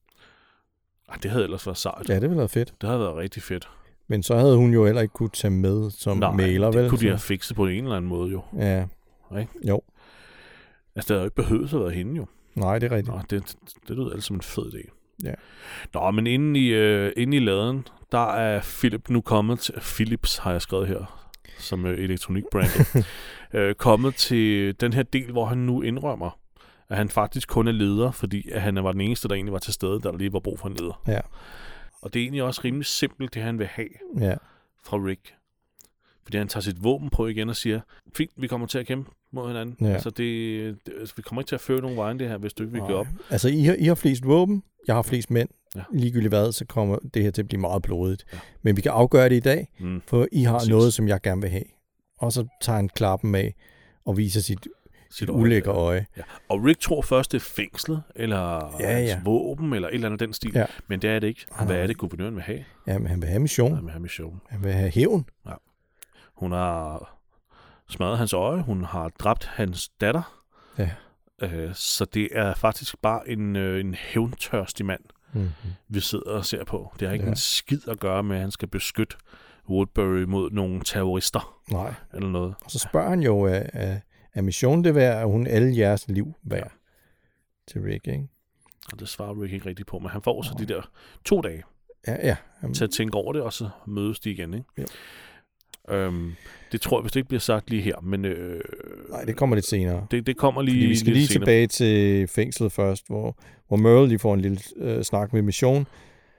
Ej, det havde ellers været sejt. Ja, det ville være fedt. Det havde været rigtig fedt. Men så havde hun jo heller ikke kunne tage med som Nej, mailer, det vel? kunne de Så- have fikset på en eller anden måde jo. Ja. Ikke? Jo. Altså, det havde jo ikke behøvet at være hende jo. Nej, det er rigtigt. Nå, det, det lyder altså som en fed idé. Ja. Nå, men inde i, øh, inde i laden, der er Philip nu kommet til... Philips har jeg skrevet her, som øh, elektronikbrandet. øh, kommet til den her del, hvor han nu indrømmer, at han faktisk kun er leder, fordi at han var den eneste, der egentlig var til stede, der lige var brug for en leder. Ja. Og det er egentlig også rimelig simpelt, det han vil have Ja. fra Rick. Fordi han tager sit våben på igen og siger, fint, vi kommer til at kæmpe mod hinanden. Ja. Altså, det, det, altså, vi kommer ikke til at føre nogen vejen det her, hvis du ikke vil Nej. give op. Altså, I har, I har flest våben, jeg har flest mænd. Ja. Ligegyldigt hvad, så kommer det her til at blive meget blodigt. Ja. Men vi kan afgøre det i dag, Mm. for I har Præcis. noget, som jeg gerne vil have. Og så tager han klappen af og viser sit, sit øje, ulækre ja. øje. Ja. Og Rick tror først, det er fængslet, eller Ja, hans ja. våben, eller et eller andet den stil. Ja. Men det er det ikke. Nej, Hvad nej. er det, guvernøren vil have? Jamen, han vil have mission. Han vil have mission. Han vil have hævn. Hun har smadret hans øje. Hun har dræbt hans datter. Ja. Øh, så det er faktisk bare en, øh, en hævntørstig mand, Mm-hmm. vi sidder og ser på. Det har ikke Ja. en skid at gøre med, at han skal beskytte Woodbury mod nogle terrorister Nej. eller noget. Og så spørger han jo, er, er, er mission det værd, er hun alle jeres liv værd? Ja. Til Rick, ikke? Og det svarer Rick ikke rigtigt på, men han får så de der to dage Ja, ja. Jamen, til at tænke over det, og så mødes de igen, ikke? Jo. Øhm, det tror jeg, hvis det ikke bliver sagt lige her, men øh, nej, det kommer lidt senere. det, det kommer lige Fordi vi skal lidt lige senere. tilbage til fængslet først, hvor, hvor Merle lige får en lille øh, snak med mission.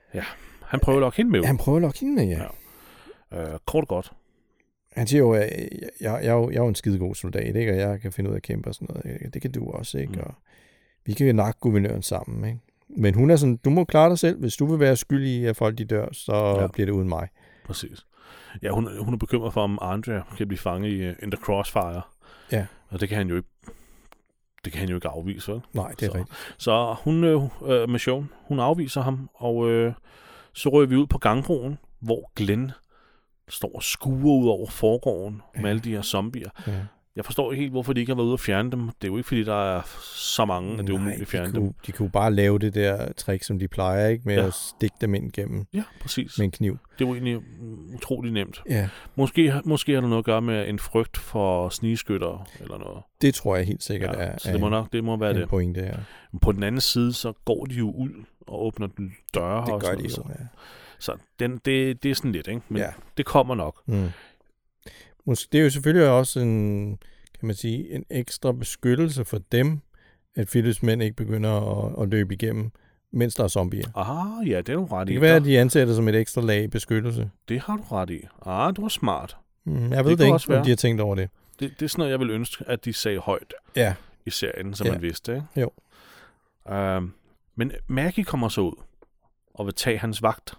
Han prøver at lokke hende med. Han prøver at lokke hende med, ja. Ja. Øh, kort og godt. Han siger jo, at jeg, jeg, jeg, er jo- jeg er jo en skidegod soldat, ikke? Og jeg kan finde ud af at kæmpe og sådan noget. Det kan du også, ikke? Mm. Og vi kan jo nakke guvernøren sammen, ikke? Men hun er sådan, du må klare dig selv. Hvis du vil være skyldig i, at folk de dør, så Ja. ja. bliver det uden mig. Præcis. Ja, hun, hun er bekymret for, om Andrea kan blive fanget i uh, in the crossfire. Ja. Og det kan han jo ikke, det kan han jo ikke afvise, vel? Nej, det er Så- rigtigt. Så hun, øh, øh, mission, hun afviser ham, og øh, så rører vi ud på gangbroen, hvor Glenn står og skuer ud over forgården med Ja. alle de her zombier. Ja. Jeg forstår ikke helt, hvorfor de ikke har været ude at fjerne dem. Det er jo ikke, fordi der er så mange, at det er Nej, umuligt at fjerne de dem. kunne, de kunne bare lave det der trick, som de plejer, ikke? Med Ja. ja. at stikke dem ind gennem Ja, præcis. med en kniv. Det var egentlig mm, utrolig nemt. Ja, Måske, måske har det noget at gøre med en frygt for snigeskytter eller noget. det tror jeg helt sikkert Ja, er, så det må er nok det må være en det. pointe, ja. Men på den anden side, så går de jo ud og åbner døre. Det og gør sådan de noget, jo, Så, ja. så den, det, det er sådan lidt, ikke? Men Ja. det kommer nok. Mm. Måske, det er jo selvfølgelig også en, kan man sige, en ekstra beskyttelse for dem, at Philips mænd ikke begynder at, at løbe igennem, mens der er zombier. Ah, ja, det er du ret Det i. kan være, Der- at de ansætter det som et ekstra lag beskyttelse. Det har du ret i. Ah, du er smart. Mm, jeg ved Det det, kan ikke, også være. om de har tænkt over det. Det, det er sådan noget, jeg vil ønske, at de sagde højt Ja, i serien, så Ja. man vidste, ikke? Jo. Um, men Maggie kommer så ud og vil tage hans vagt.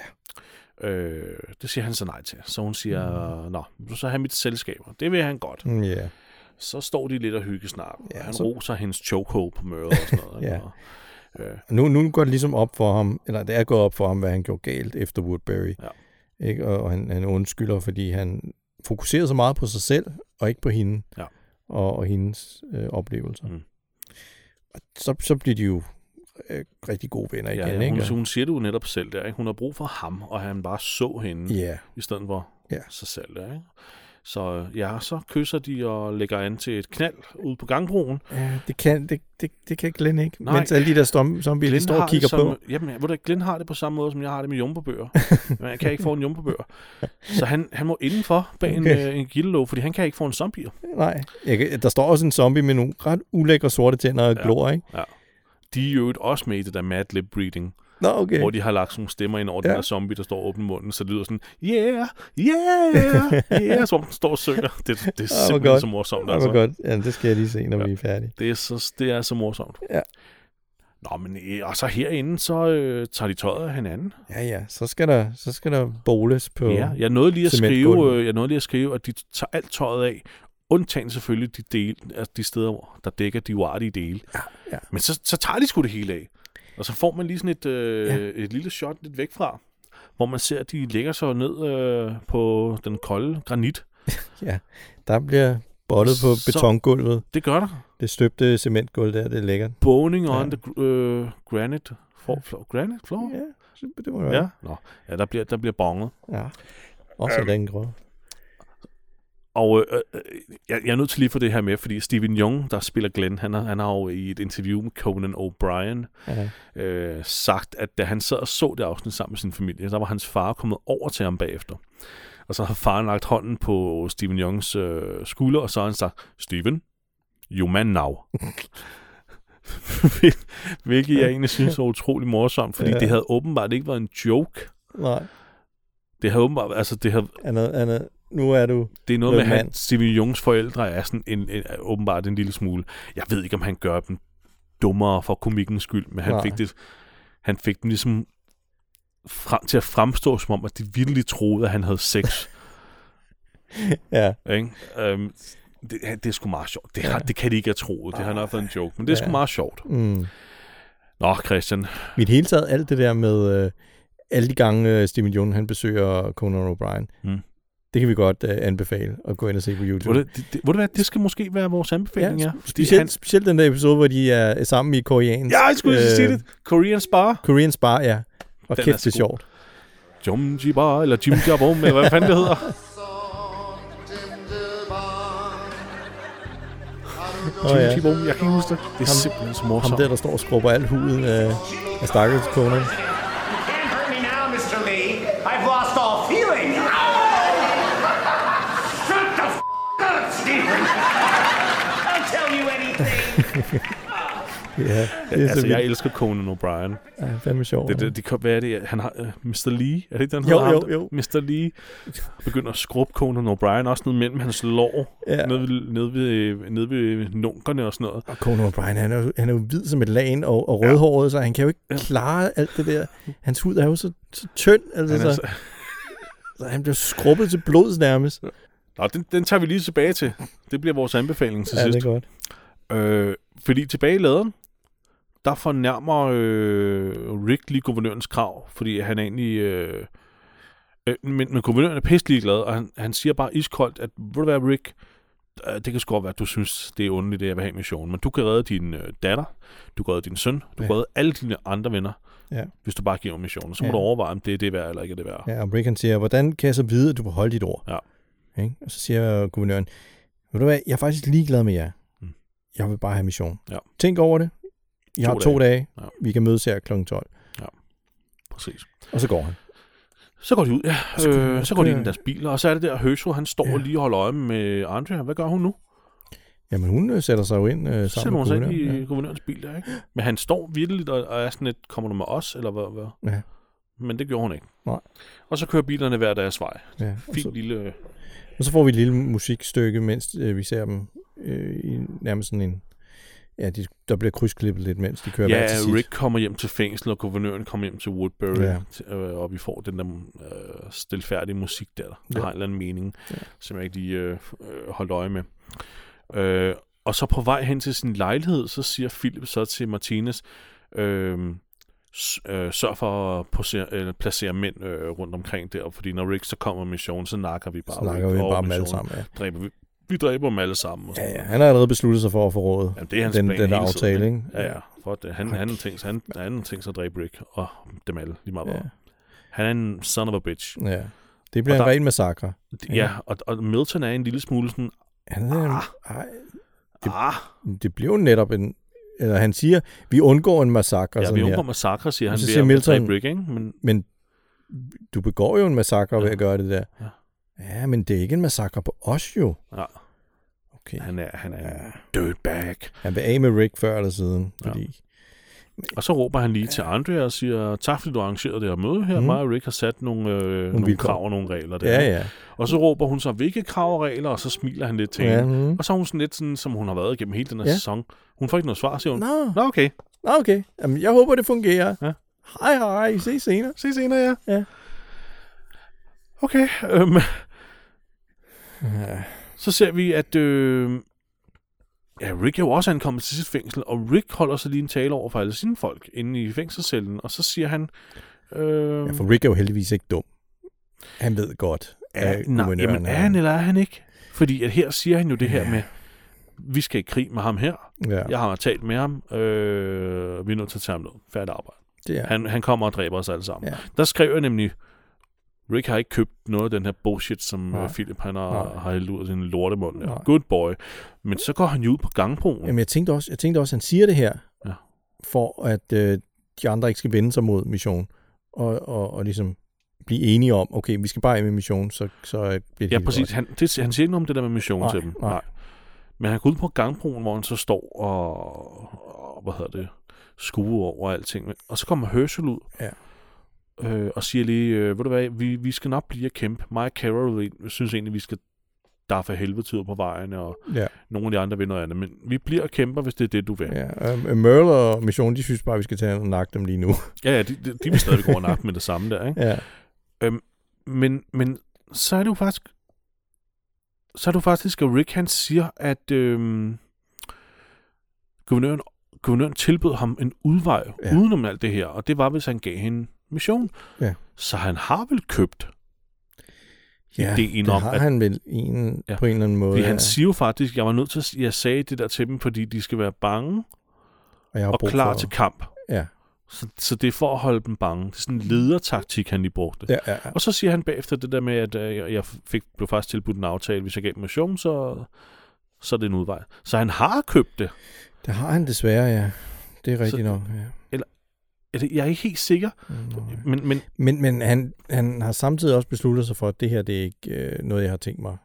Ja. Øh, det siger han så nej til. Så hun siger, mm. nå, du så have mit selskab. Det vil han godt. mm, ja. Så står de lidt og hyggesnakker. Ja, Ja, han så- så... roser hendes chokehold på møret og sådan noget. Ja. ikke? Og, øh, Nu, nu går det ligesom op for ham, eller det er gået op for ham, hvad han gjorde galt efter Woodbury. Ja. Ikke? Og, og han, han undskylder, fordi han fokuserede så meget på sig selv, og ikke på hende Ja. og, og hendes øh, oplevelser. Mm. Og så, så bliver de jo øh, rigtig gode venner igen. ja, ja, ikke? hun, hun siger det jo netop selv der. Ikke? Hun har brug for ham, og han bare så hende, Ja, i stedet for Ja. sig selv. Der, ikke? Så ja, så kysser de og lægger an til et knald ude på gangbroen. ja det, kan, det, det, det kan Glenn ikke. Nej. Mens alle de der stom, zombier, de står og kigger det som, på. Jamen, ved du, Glenn har det på samme måde, som jeg har det med jumbobøger. Men han kan ikke få en jumbobøger. Så han, han må indenfor bag okay. Okay. en, øh, en gildelåg, fordi han kan ikke få en zombie. Nej, jeg, kan- der står også en zombie med nogle ret ulækre sorte tænder og Ja. glor, ikke? De er jo også med i det der mad lip breathing, Nå, okay. hvor de har lagt sådan nogle stemmer ind over ja. Ja. den der zombie, der står og åbner munden, så det lyder sådan, yeah, yeah, yeah, som den står og synger. Det, det er hvor simpelthen godt. så morsomt. Det Altså. var godt. Ja, det skal jeg lige se, når Ja. ja. vi er færdige. Det er så, det er så morsomt. Ja. Nå, men øh, og så herinde, så øh, tager de tøjet af hinanden. Ja, ja. Så skal der, så skal der bowles på... Ja, jeg nåede lige at skrive, cementgulvet. øh, jeg nåede lige at skrive, at de tager alt tøjet af, undtagen selvfølgelig de, del, altså de steder, der dækker de uartige dele. Ja, ja. Men så, så tager de sgu det hele af. Og så får man lige sådan et, øh, Ja. et lille shot lidt væk fra, hvor man ser, at de lægger sig ned øh, på den kolde granit. Ja, der bliver bollet på Så- betongulvet. Det gør der. Det støbte cementgulv der, det er lækkert. Boning Ja. on the øh, granite floor. floor. Granite floor? Ja, så det må det Ja. være. Nå. Ja, der bliver, der bliver bonget. Ja. Også Øhm. af den grund. Og øh, øh, jeg, jeg er nødt til lige at få det her med, fordi Steven Yeun, der spiller Glenn, han har, han har jo i et interview med Conan O'Brien Ja. øh, sagt, at da han sad og så det afsnit sammen med sin familie, der var hans far kommet over til ham bagefter. Og så har faren lagt hånden på Steven Yeun's øh, skulder, og så har han sagt, Steven, you man now. Hvilket jeg egentlig synes er utrolig morsomt, fordi Ja. det havde åbenbart ikke været en joke. Nej, Det havde åbenbart, altså det havde, han er, han er, nu er du... det er noget Hvem med, at mand? han, Steven Yeun's forældre er sådan en, en, åbenbart en lille smule. Jeg ved ikke, om han gør dem dummere for komikkens skyld, men han Nej. fik, det, han fik dem ligesom frem til at fremstå, som om, at de virkelig troede, at han havde sex. Ja, Ikke? Øhm, det, det er sgu meget sjovt. Det, har, Ja. det kan de ikke have troet. Det har nok været en joke, men det er sgu Ja. meget sjovt. mm. Nå, Christian. Mit hele taget, alt det der med... Øh, alle de gange øh, Steven Yeun, han besøger Conan O'Brien, Mm. det kan vi godt øh, anbefale at gå ind og se på YouTube. Ved du, det, det, ved du hvad, det skal måske være vores anbefaling, ja. Ja, Fordi specielt, han, specielt den der episode, hvor de er sammen i koreansk. ja, jeg skulle lige sige det. Korean Spar. Korean Spar, ja. Og Den er kæft, det er så god. sjovt. Jumji Bar, eller Jim Jabom, eller hvad fanden det hedder. Åh, ja. Jim Jabom, jeg kan ikke huske det. Det er Ham- simpelthen så Ham morsomt. der, der står og skrubber alt huden af, af stakkels Conan. Can't hurt me now, mister Lee. I've lost all feeling. Shut the f*** up, Stephen. I'll tell you anything. Ja, det er Altså, så jeg vildt. elsker Conan O'Brien. Ja, fandme sjovt. Det, det, det, hvad er det? Han har uh, mister Lee. Er det ikke den, han Jo, hedder jo, ham? jo. mister Lee begynder at skrubbe Conan O'Brien også ned mellem hans lår. Ja. Nede, ved, nede, ved, nede ved nunkerne og sådan noget. Og Conan O'Brien, han er, jo, han er jo hvid som et lagen og, og rødhåret, så han kan jo ikke Ja. klare alt det der. Hans hud er jo så, så tynd, altså, Han er, så, så, så han bliver skrubbet til blods nærmest. nå, den, den tager vi lige tilbage til. Det bliver vores anbefaling til Ja, det sidst. er godt. Øh, fordi tilbage i laderen, der fornærmer øh, Rick lige guvernørens krav, fordi han er egentlig... Øh, øh, men, men guvernøren er pisselig glad, og han, han siger bare iskoldt, at ved du hvad, Rick, øh, det kan sgu godt være, at du synes, det er underligt, det jeg vil have i missionen, men du kan redde din øh, datter, du kan redde din søn, du Ja. kan redde alle dine andre venner, Ja. hvis du bare giver mig missionen. Så må Ja. du overveje, om det er det værd, eller ikke er det værd. Ja, og Rick han siger, hvordan kan jeg så vide, at du vil holde dit ord? Ja. Ikke? Og så siger guvernøren, ved du hvad, jeg er faktisk ligeglad med jer. Mm. Jeg vil bare have mission. Ja. Tænk over det. I To har to dage. Ja. Vi kan mødes her klokken tolv. Præcis. Og så går han. Så går de ud, ja. Så går- Øh, så går de ind i kører- deres biler, og så er det der, Herschel, han står Ja. ja. lige og holder øje med Andrea. Hvad gør hun nu? Jamen, hun øh, sætter sig jo ind øh, Så sammen sætter med hun sig ind guvernøren. i Ja. guvernørens bil der, ikke? Men han står virkelig og, og er sådan lidt, kommer du med os, eller hvad? hvad? Ja. Men det gjorde hun ikke. Nej. Og så kører bilerne hver deres vej. Ja. Og, Fint så, lille... og så får vi et lille musikstykke, mens øh, vi ser dem øh, i nærmest sådan en... Ja, de, der bliver krydsklippet lidt, mens de kører hver Ja, til sit. Rick kommer hjem til fængsel, og guvernøren kommer hjem til Woodbury, Ja. ja. øh, og vi får den der øh, stilfærdige musik der, der Ja. har en eller anden mening, Ja. ja. som jeg ikke lige øh, øh, holdt øje med. Øh, og så på vej hen til sin lejlighed, så siger Philip så til Martinez, øh, s- øh, sørg for at placere, øh, placere mænd øh, rundt omkring der, fordi når Rick så kommer med mission, så nakker vi bare Så snakker vi Rick over bare dem alle missionen. sammen. Ja. Dræber vi, vi dræber dem alle sammen. Og Ja, sådan ja, noget. han har allerede besluttet sig for at forråde Jamen, det er hans den, plan den der hele aftale, tiden, ikke? Ja, ja. For det, han, han, har tænkt, han, han har tænkt sig at dræbe Rick, og dem alle, lige meget Ja. hvad. Han er en son of a bitch. Ja. Det bliver Og en der- ren massakre. Ja, og, og Milton er en lille smule sådan, Han er, ej, Det- ah, det bliver jo netop en... Eller han siger, vi undgår en massakre. ja, sådan vi her. undgår massakre, siger Og han, så ved siger at Milton- dræbe Rick, ikke? Men Men du begår jo en massakre ved Ja. at gøre det der. Ja. Ja, men det er ikke en massakre på os jo. ja, Okay. han er, han er en Ja. dirtbag. Han vil af med Rick før eller siden. Ja. Fordi... Og så råber han lige til Andrea og siger, tak fordi du arrangerede det her møde her. Mhm. Mig og Rick har sat nogle, øh, nogle, nogle vilkår. krav og nogle regler der. Ja, ja. Og så råber hun så, hvilke krav og regler, og så smiler han lidt til ja hende. mm. Og så er hun sådan lidt sådan, som hun har været igennem hele den her Ja. sæson. Hun får ikke noget svar, siger hun. Nå, Nå, okay. Nå, okay. Jamen, jeg håber, det fungerer. Ja. Hej, hej. Se senere. Se senere, ja. Ja. Okay. Øhm, Ja. Så ser vi, at øh, ja, Rick er jo også ankommet til sit fængsel, og Rick holder så lige en tale over for alle sine folk inde i fængselscellen, og så siger han... Øh, ja, for Rick er jo heldigvis ikke dum. Han ved godt, er, at nej, jamen, er han eller er han ikke? Fordi at her siger han jo det her ja. med, vi skal i krig med ham her. Ja. Jeg har talt med ham. Øh, vi er nødt til at tage ham ned. Færdig arbejde. Det er. Han, han kommer og dræber os alle sammen. Ja. Der skrev jeg nemlig, Rick har ikke købt noget af den her bullshit, som uh, Philip han har, har hældt ud af sin lortemund. Ja. Good boy. Men så går han jo ud på gangbroen. Jamen, jeg tænkte også, jeg tænkte også han siger det her, ja. for at øh, de andre ikke skal vende sig mod mission. Og, og, og ligesom blive enige om, okay, vi skal bare ind med mission, så, så bliver det ja, præcis. Han, det, han siger ikke noget om det der med mission nej, til dem. Nej. nej. Men han går ud på gangbroen, hvor han så står og, og hvad hedder det, skuer over alting. Og så kommer Herschel ud. Ja. Øh, og siger lige, øh, ved du hvad, vi, vi skal nok blive at kæmpe. Mig og Carol synes egentlig, vi skal daffe helvede tid på vejen, og ja. nogle af de andre vil noget andet. Men vi bliver og kæmper, hvis det er det, du vil. Ja, um, Merle og Mission, de synes bare, vi skal tage og nakke dem lige nu. Ja, ja, de, de, de vil stadig gå og nakke med det samme der, ikke? Ja. Øhm, men, men så er det jo faktisk, så er det jo faktisk, at Rick han siger, at øhm, guvernøren, guvernøren tilbød ham en udvej ja. udenom alt det her, og det var, hvis han gav hende mission. Ja. Så han har vel købt ja, ideen det om, har at, han vel en, ja, på en eller anden måde. Fordi han ja. siger jo faktisk, jeg var nødt til at, jeg sagde det der til dem, fordi de skal være bange og, jeg og klar for, til kamp. Ja. Så, så det er for at holde dem bange. Det er sådan en ledertaktik, han lige brugte. Ja, ja, ja. Og så siger han bagefter det der med, at øh, jeg fik, blev faktisk tilbudt en aftale. Hvis jeg gav mission, så, så er det en udvej. Så han har købt det. Det har han desværre, ja. Det er rigtigt så, nok, ja. Eller, jeg er ikke helt sikker. Mm, men men, men, men han, han har samtidig også besluttet sig for, at det her det er ikke øh, noget, jeg har tænkt mig.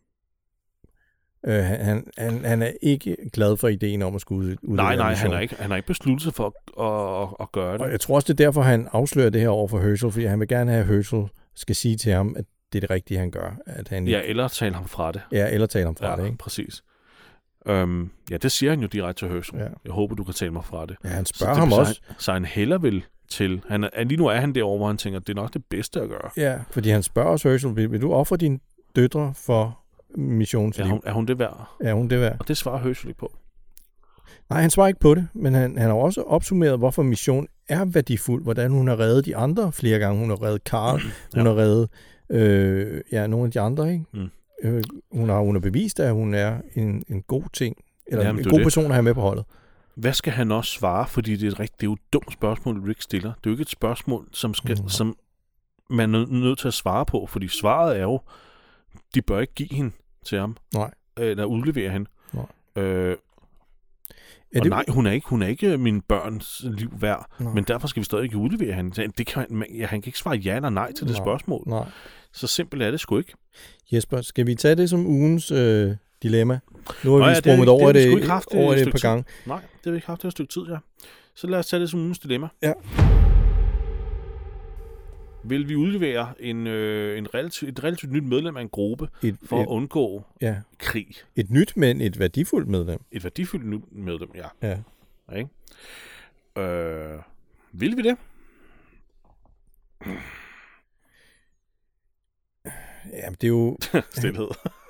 Øh, han, han, han er ikke glad for ideen om at skulle ud. ud nej, nej, han har ikke, han har ikke besluttet sig for at, at, at gøre det. Og jeg tror også, det er derfor, han afslører det her over for Herschel, fordi han vil gerne have, at Herschel skal sige til ham, at det er det rigtige, han gør. At han ja, eller tale ham fra det. Ja, eller tale ham fra ja, det, ikke? Præcis. Um, ja, det siger han jo direkte til Herschel. Ja. Jeg håber, du kan tale mig fra det. Ja, han spørger så ham det, også. Så han, så han heller vil til. Han er, lige nu er han derovre, hvor han tænker, det er nok det bedste at gøre. Ja, fordi han spørger også Herschel, vil, vil du ofre dine døtre for missionens liv? Er hun, er hun det værd? Ja, hun det værd. Og det svarer Herschel ikke på. Nej, han svarer ikke på det, men han, han har også opsummeret, hvorfor mission er værdifuld, hvordan hun har reddet de andre flere gange. Hun har reddet Carl, ja. hun har reddet øh, ja, nogle af de andre, ikke? Mm. Øh, hun, har, hun har bevist, at hun er en, en god ting, eller Jamen, en god det. person at have med på holdet. Hvad skal han også svare? Fordi det er, rigtig, det er jo et dumt spørgsmål, Rick stiller. Det er jo ikke et spørgsmål, som, skal, mm. som man er nødt til at svare på, fordi svaret er jo, de bør ikke give hende til ham. Nej. Eller udlevere hende. Nej. Øh, er og det... nej, hun er ikke, hun er ikke min børns liv værd, nej. Men derfor skal vi stadig ikke udlevere hende. Det kan, man, ja, han kan ikke svare ja eller nej til det nej. spørgsmål. Nej. Så simpelt er det sgu ikke. Jesper, skal vi tage det som ugens øh, dilemma? Nu har Nå, vi ja, sprunget det, over det, det, det, haft over det det et par gange. Nej, det har vi ikke haft det et stykke tid, ja. Så lad os tage det som ugens dilemma. Ja. Vil vi udlevere en, øh, en relativt, et relativt nyt medlem af en gruppe et, for et, at undgå ja. krig? Et nyt, men et værdifuldt medlem. Et værdifuldt nyt medlem, ja. Ja. Okay. Øh, vil vi det? Ja, det er jo... Stilhed.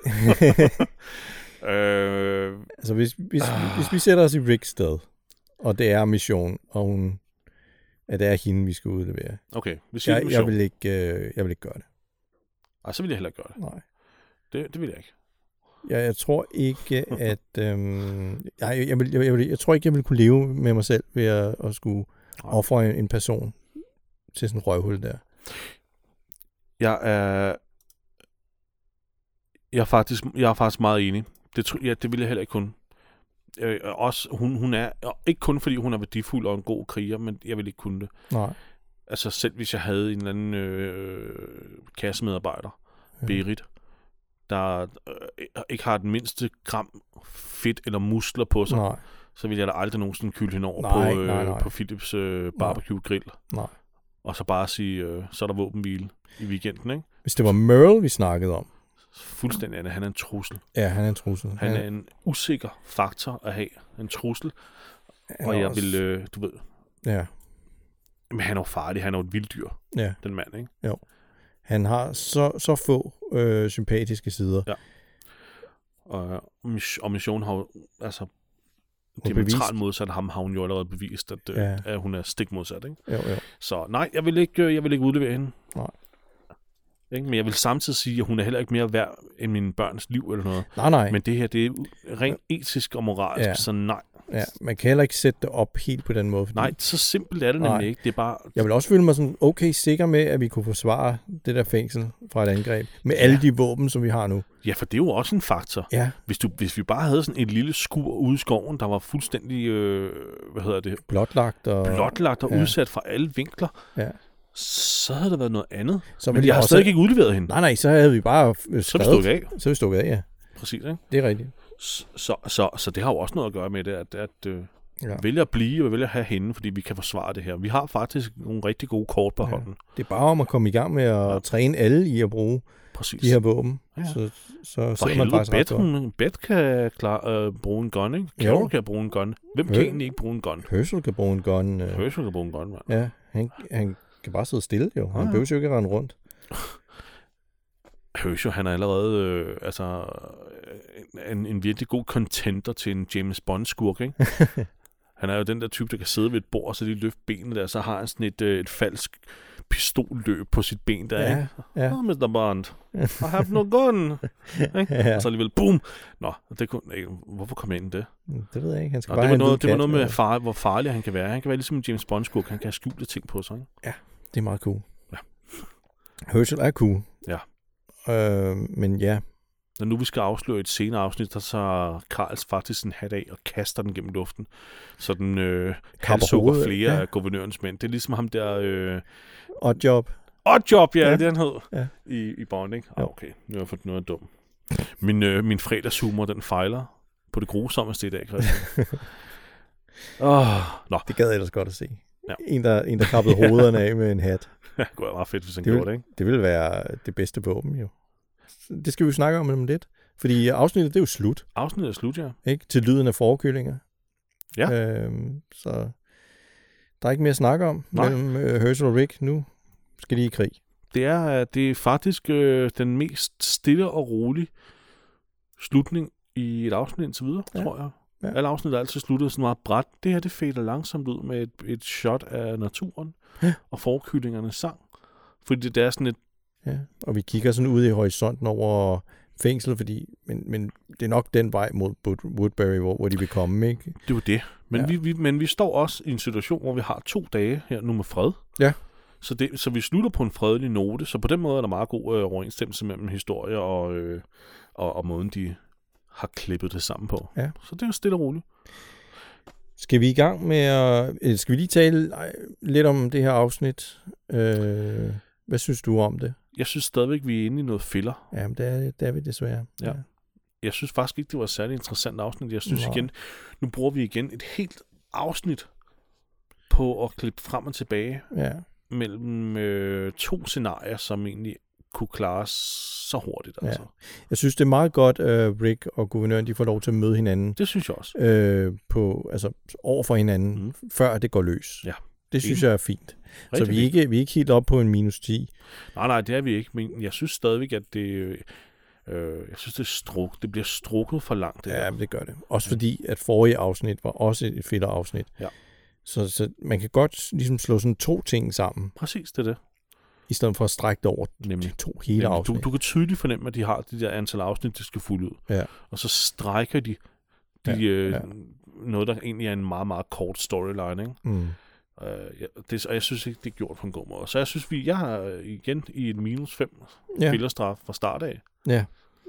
øh, altså, hvis, hvis, øh. hvis vi sætter os i Ricks sted, og det er mission, og hun... at det er hende, vi skal udlevere. Okay, vi siger jeg, jeg, vil ikke, øh, jeg vil ikke gøre det. Ej, så vil jeg heller ikke gøre det. Nej. Det, det vil jeg ikke. Jeg, jeg tror ikke, at... Øhm, jeg, jeg, vil, jeg, vil, jeg tror ikke, jeg vil kunne leve med mig selv ved at, at skulle ofre en, en person til sådan en røvhul der. Jeg er... Jeg er faktisk, jeg er faktisk meget enig. Det, ja, det vil jeg heller ikke kun. Øh, også, hun, hun er... Ikke kun fordi hun er værdifuld og en god kriger, men jeg vil ikke kunne det. Nej. Altså selv hvis jeg havde en eller anden øh, kassemedarbejder, ja. Berit, der øh, ikke har den mindste gram fedt eller muskler på sig, nej. Så vil jeg da aldrig nogensinde kylde hende over nej, på, øh, nej, nej. på Philips øh, barbecue-grill. Nej. Og så bare sige, øh, så er der våbenhvile i weekenden, ikke? Hvis det var Merle, vi snakkede om. Fuldstændig, han er en trussel. Ja, han er en trussel. Han er en usikker faktor at have. En trussel. Han og jeg også... vil, øh, du ved... Ja. Men han er jo farlig, han er jo et vilddyr, ja. Den mand, ikke? Jo. Han har så, så få øh, sympatiske sider. Ja. Og, og Mission har jo, altså, bevist. diametralt modsat ham, har hun jo allerede bevist, at, Ja. ja. at hun er stik modsat, ikke? Jo, jo. Så nej, jeg vil ikke, jeg vil ikke udlevere hende. Nej. Ikke? Men jeg vil samtidig sige, at hun er heller ikke mere værd end mine børns liv eller noget. Nej, nej. Men det her, det er rent etisk og moralsk, Ja. ja. så nej. Ja, man kan heller ikke sætte det op helt på den måde. Fordi Nej, så simpelt er det Nej. nemlig ikke. Det er bare... jeg vil også føle mig sådan okay sikker med, at vi kunne forsvare det der fængsel fra et angreb. Med alle de våben, som vi har nu. Ja, for det er jo også en faktor. Ja. Hvis, du, hvis vi bare havde sådan et lille skur ude i skoven, der var fuldstændig, øh, hvad hedder det, Blotlagt og... blotlagt og ja. udsat fra alle vinkler, Ja. så havde det været noget andet. Så Men ville jeg har også- stadig ikke udleveret hende. Nej, nej, så havde vi bare skrevet... Så er vi stukket af. Så er vi stukket af, ja. Præcis, ikke? Det er rigtigt. Så, så, så, så det har jo også noget at gøre med det, at, at øh, Ja. ja. vælge at blive og vælge at have hende, fordi vi kan forsvare det her. Vi har faktisk nogle rigtig gode kort på ja. hånden. Det er bare om at komme i gang med at ja. træne alle i at bruge Præcis. de her våben. Ja. Så, så For sidder man helvede, faktisk ret Bet, godt. hun, Bet kan klar, øh, bruge en gun, ikke? Jo. Carol kan bruge en gun. Hvem kan Øh. egentlig ikke bruge en gun? Herschel kan bruge en gun. Øh, Herschel kan bruge en gun, mand. ja, han, han kan bare sidde stille, jo. Han Ja, ja. behøver jo ikke rende rundt. Herschel, han er allerede øh, altså, øh, en, en virkelig god contender til en James Bond-skurk, ikke? Han er jo den der type, der kan sidde ved et bord, og så lige løfte benene der, så har han sådan et, øh, et falsk pistolløb på sit ben der, Ja, ikke? ja. Oh, mister Bond, I have no gun. Ikke? Ja. Og så alligevel, boom! Nå, det kunne, ikke, hvorfor kom jeg ind i det? Det ved jeg ikke. Han skal Nå, bare det, var have en noget, hvid det var kat. noget med, far, hvor farlig han kan være. Han kan være ligesom en James Bond-skurk. Han kan have skjulte ting på sig. Ikke? Det er meget cool. Ja. Herschel er cool. Ja. Øh, men ja, Når nu vi skal afsløre et senere afsnit, så tager Karls faktisk en hat af og kaster den gennem luften. Så den øh, halshugger hovedet, flere ja. af guvernørens mænd. Det er ligesom ham der... Øh, odd job. Oddjob, ja, Ja. ja. det han hed Ja. i, i Bond, ikke? Ah, Jo. okay, nu har jeg fået noget dum. Min, øh, min fredagshumor, den fejler på det grusommeste i dag, Christian. Åh, nå, Det gad jeg ellers godt at se. Ja. En, der, en, der kappede hovederne af med en hat. det kunne være meget fedt, hvis han Det gjorde det, vil, ikke? det ville være det bedste våben, jo. Det skal vi jo snakke om om lidt. Fordi afsnittet, det er jo slut. Afsnittet er slut, ja. Ikke? Til lyden af forkyllinger. Ja. Øhm, så der er ikke mere at snakke om Nej. mellem øh, Herschel og Rick. Nu skal de i krig. Det er, det er faktisk øh, den mest stille og rolige slutning i et afsnit indtil videre, Ja. ja. tror jeg. Ja. Ja. Alle afsnit er altid sluttet sådan meget bræt. Det her, det fader langsomt ud med et, et shot af naturen Ja. og forkyllingernes sang. Fordi det er sådan et... Ja. Og vi kigger sådan ud i horisonten over fængslet, fordi, men, men det er nok den vej mod Wood- Woodbury, hvor, hvor de vil komme, ikke? Det var det. Men, Ja. ja. vi, vi, men vi står også i en situation, hvor vi har to dage her nu med fred. Ja. Så, det, så vi slutter på en fredelig note. Så på den måde er der meget god øh, overensstemmelse mellem historie og, øh, og, og måden, de har klippet det sammen på. Ja. Så det er jo stille og roligt. Skal vi i gang med at... Eller skal vi lige tale ej, lidt om det her afsnit? Øh, hvad synes du om det? Jeg synes stadigvæk, vi er inde i noget filler. Jamen, det er, det er vi desværre. Ja. Jeg synes faktisk ikke, det var et særligt interessant afsnit. Jeg synes Nej. igen, nu bruger vi igen et helt afsnit på at klippe frem og tilbage Ja. mellem øh, to scenarier, som egentlig kunne klares så hurtigt. Altså. Ja. Jeg synes, det er meget godt, uh, Rick og guvernøren, de får lov til at møde hinanden Det synes jeg også. øh, på, altså, over for hinanden, Mm. før det går løs. Ja. Det synes Enig. jeg er fint. Rigtig så vi er, ikke, vi er ikke helt oppe på en minus ti. Nej, nej, det er vi ikke, men jeg synes stadigvæk, at det... Øh, jeg synes, det, er struk, det bliver strukket for langt. Det Ja, der. men det gør det. Også fordi, at forrige afsnit var også et federe afsnit. Ja. Så, så man kan godt ligesom slå sådan to ting sammen, Præcis, det er det. i stedet for at strække det over Nemlig. til to hele Jamen, afsnit. du, du kan tydeligt fornemme, at de har de der antal afsnit, de skal fulde ud. Ja. Og så strækker de, de Ja, øh, ja. noget, der egentlig er en meget, meget kort storyline. Ikke? Mm. Uh, ja, det, og jeg synes ikke, det er gjort på en god måde. Så jeg synes, vi jeg har igen i et minus fem Ja. spillerstraf fra start af. Ja.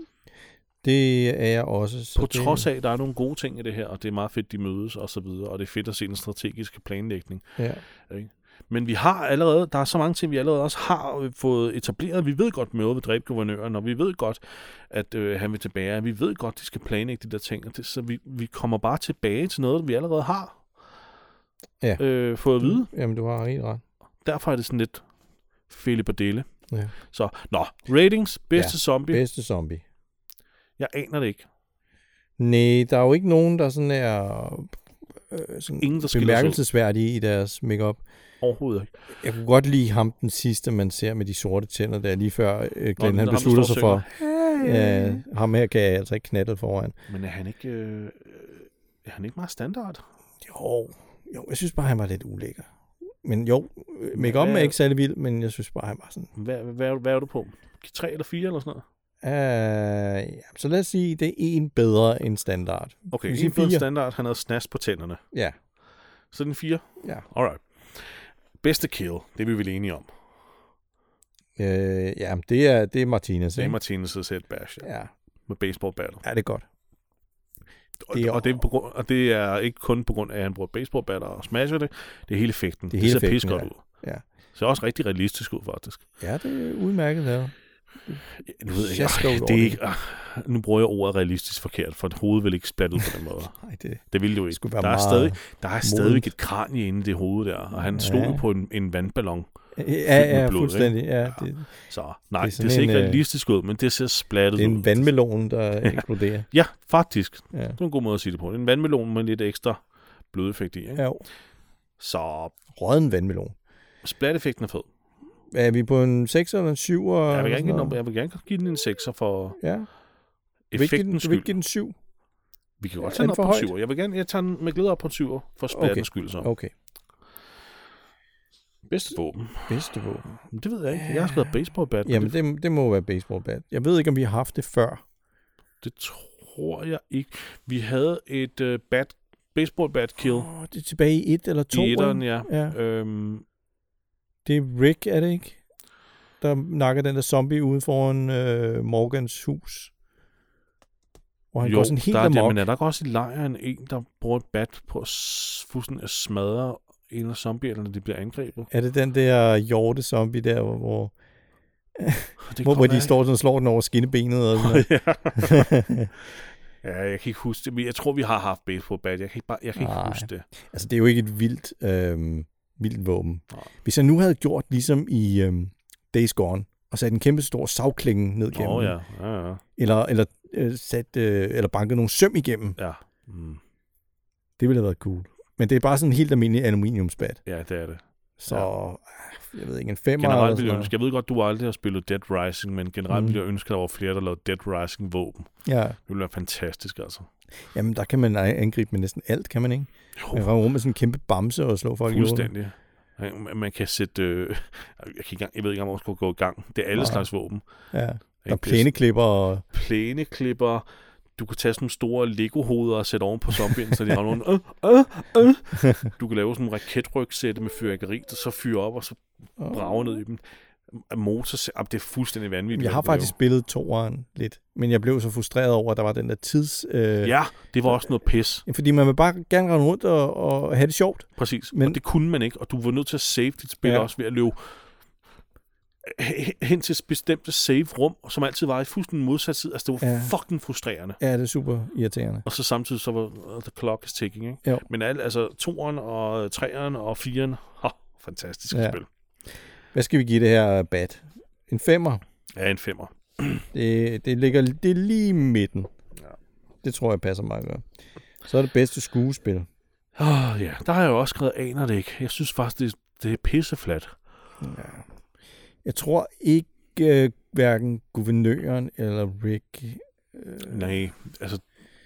Det er jeg også. Så På det, trods af, at der er nogle gode ting i det her, og det er meget fedt, de mødes og så videre, og det er fedt at se den strategiske planlægning. Ja. Ikke? Men vi har allerede, der er så mange ting, vi allerede også har fået etableret. Vi ved godt, Møde vil dræbe guvernøren, og vi ved godt, at øh, han vil tilbage. Vi ved godt, de skal planlægge de der ting. Og det, så vi, vi kommer bare tilbage til noget, vi allerede har Ja. øh, fået at vide. Jamen, du har helt ret. Derfor er det sådan lidt Philip Ja. Så, nå, ratings, bedste Ja, zombie. Bedste zombie. Jeg aner det ikke. Nej, der er jo ikke nogen, der sådan er øh, sådan Ingen, der skiller sig ud. bemærkelsesværdige i deres makeup. Overhovedet ikke. Jeg kunne godt lide ham, den sidste, man ser med de sorte tænder, der lige før øh, Glenn Nå, han ham, der beslutter står sig for, og Ja, ham her kan jeg altså ikke knalde foran. Men er han ikke, øh, er han ikke meget standard? Jo, jo, jeg synes bare, han var lidt ulækker. Men jo, make-up'en er ikke særlig vild, men jeg synes bare, han var sådan... Hvad, hvad, hvad er du på? tre eller fire eller sådan noget? Uh, ja, så lad os sige, det er en bedre end standard. Okay, en en bedre end standard, han havde snas på tænderne. Ja. Så den fire? Ja. Alright. Bedste kill, det er vi vel enige om. Uh, ja, det er, det er Martinez, Det er ikke? Martinez' head bash, ja. Ja. Med baseball batter. Ja, det er godt. Og Det det, er- er, og, det er på grund, og det er ikke kun på grund af, at han bruger baseball batter og smasher det. Det er hele effekten. Det er Det, hele ser pisse effekten, godt ja. ud. Ja. Det ser også rigtig realistisk ud, faktisk. Ja, det er udmærket lavet. Nu ved jeg Just ikke, go øh, over det er det. ikke øh, nu bruger jeg ordet realistisk forkert, for hovedet vil ikke splatte ud på den måde. Nej, det, Det vil det jo ikke. skulle være Der er, meget stadig, der er stadigvæk modent. et kranie inde i det hoved der, og han slog Ja. jo på en, en vandballon. ja, med ja, blod, fuldstændig. Ja, det, Så nej, Det er det, sådan det ser en, ikke øh, realistisk ud, men det ser splattet det er ud. en vandmelon, der eksploderer. Ja, faktisk. Ja. Det er en god måde at sige det på. En vandmelon med lidt ekstra blodeffekt i. Ikke? Ja, Så rødden vandmelon. splat-effekten er fed. Er vi på en seks eller en syv? Jeg vil, gerne give den, jeg vil gerne give den en sekser for Ja. Du vil ikke give den- effektens du vil ikke skyld. give den syv? Vi kan godt Er tage den den op for på højt? syver. Jeg vil gerne jeg tager den med glæde op på en syver for splattens Okay. skyld. Så. Okay. Bedste våben. Bedste våben. Men det ved jeg ikke. Jeg har skrevet baseball bat. Jamen, det, det må være baseball bat. Jeg ved ikke, om vi har haft det før. Det tror jeg ikke. Vi havde et uh, bat, baseball bat kill Oh, det er tilbage i et eller to. i etteren, ikke? ja. ja. Øhm, Det er Rick, er det ikke? Der nakker den der zombie ude foran øh, Morgans hus. Hvor han jo, går sådan helt der er det, amok. men er der ikke også i lejren en, der bruger et bat på at s- fuldstændig at smadre en eller zombie, eller når de bliver angrebet? Er det den der hjorte-zombie der, hvor, hvor, Det hvor, hvor de står sådan og slår den over skinnebenet og sådan noget? Ja, jeg kan ikke huske det, men jeg tror, vi har haft baseball bat. Jeg kan ikke, bare, jeg kan ikke Nej. huske det. Altså, det er jo ikke et vildt, øh, vildt våben. Nej. Hvis jeg nu havde gjort ligesom i øh, Days Gone, og sat en kæmpe stor savklinge ned gennem Åh, den, ja. Ja, ja. eller, eller, øh, sat, øh, eller banket nogle søm igennem, Ja. Mm. det ville have været cool. Men det er bare sådan en helt almindelig aluminiumsbat. Ja, det er det. Så, Ja. ja. jeg ved ikke, en femmer Generelt eller ville jeg sådan ønske, jeg ved godt, du aldrig har spillet Dead Rising, men generelt Mm. ville jeg ønske, at der var flere, der lavede Dead Rising våben. noget. Ja, Det ville være fantastisk, altså. jamen der kan man angribe med næsten alt, kan man ikke? Jo, Man kan rende rundt med sådan en kæmpe bamse og slå folk i hovedet. fuldstændig. Man- Man kan sætte... Øh, jeg, kan ikke, engang- jeg ved ikke, om man skal gå i gang. Det er alle Nej. slags våben. Ja, der er Ikke? plæneklipper og... Plæneklipper. Du kan tage sådan nogle store Lego-hoveder og sætte oven på zombien, så de har nogle... Øh, øh, øh. Du kan lave sådan en raketrygsætte med fyrværkeri, der så fyrer op og så brager ned i dem. Motor, det er fuldstændig vanvittigt. Jeg har hvad du kan faktisk spillet toeren lidt, men jeg blev så frustreret over, at der var den der tids... Øh, lave. Ja, det var også noget pis. Fordi man vil bare gerne rende rundt og, og have det sjovt. Præcis, Men- men, og det kunne man ikke, og du var nødt til at save dit spil Ja. ja. også ved at løbe hen til bestemte save-rum, som altid var i fuldstændig modsat side. Altså, det var Ja. ja. fucking frustrerende. Ja, det er super irriterende. Og så samtidig så var uh, the clock is ticking, ikke? Jo. Men al, altså, toeren og treeren og firen, ha, fantastiske Ja. ja. spil. Hvad skal vi give det her bat? En femmer? Ja, en femmer. Det, det ligger det er lige i midten. Ja. Det tror jeg passer meget godt. Så er det bedste skuespil. Oh, ja, der har jeg jo også skrevet, aner det ikke. Jeg synes faktisk, det, det er pisseflat. Ja. Jeg tror ikke øh, hverken guvernøren eller Rick... Øh, Nej, altså...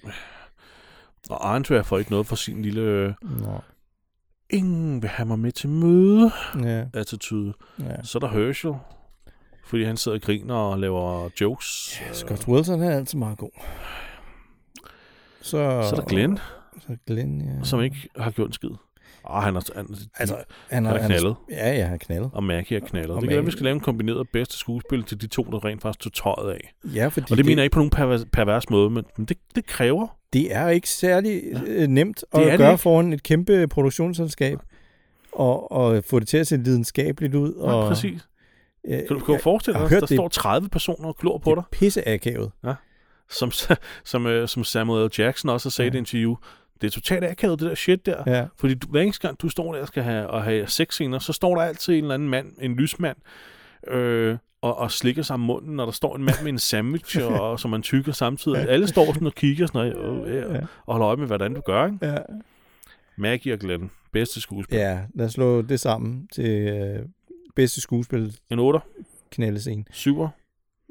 Og Andrea får ikke noget for sin lille... Øh, Nå. ingen vil have mig med til møde Ja, attitude. ja. Så er der Herschel, fordi han sidder og griner og laver jokes. Scott Wilson er altid meget god. Så, Så er der Glenn, Så Glenn, ja. som ikke har gjort en skid. Ah, han er, han, Altså, han er knaldet. Ja, ja, han er knaldet. Og Maggie er knaldet. Og Det kan være, Maggie- vi skal lave en kombineret bedste skuespil til de to, der rent faktisk tog tøjet af. Ja, fordi Og det mener jeg ikke på nogen pervers, pervers måde, men, men det, det kræver. det er ikke særlig øh, nemt Det er at det gøre ikke. foran et kæmpe produktionsselskab. Og, og få det til at se lidenskabeligt ud. Ja, Og, præcis. øh, Kan du, kan du forestille jeg har dig, hørt der det. står tredive personer og glor på det dig? er pisseakavet. Som, som, øh, som Samuel L. Jackson også har sagt i et interview. Det er totalt akavet, det der shit der. Ja. Fordi du, hver eneste gang, du står der og skal have, og have sexscener, så står der altid en eller anden mand, en lysmand, øh, og, og slikker sig om munden, når der står en mand med en sandwich, og, og som man tykker samtidig. Alle står sådan og kigger sådan noget, øh, øh, og holder øje med, hvordan du gør, ikke? Ja. Maggie og Glenn, bedste skuespil. ja, lad os slå det sammen til øh, bedste skuespil En otter, knaldescene. syver,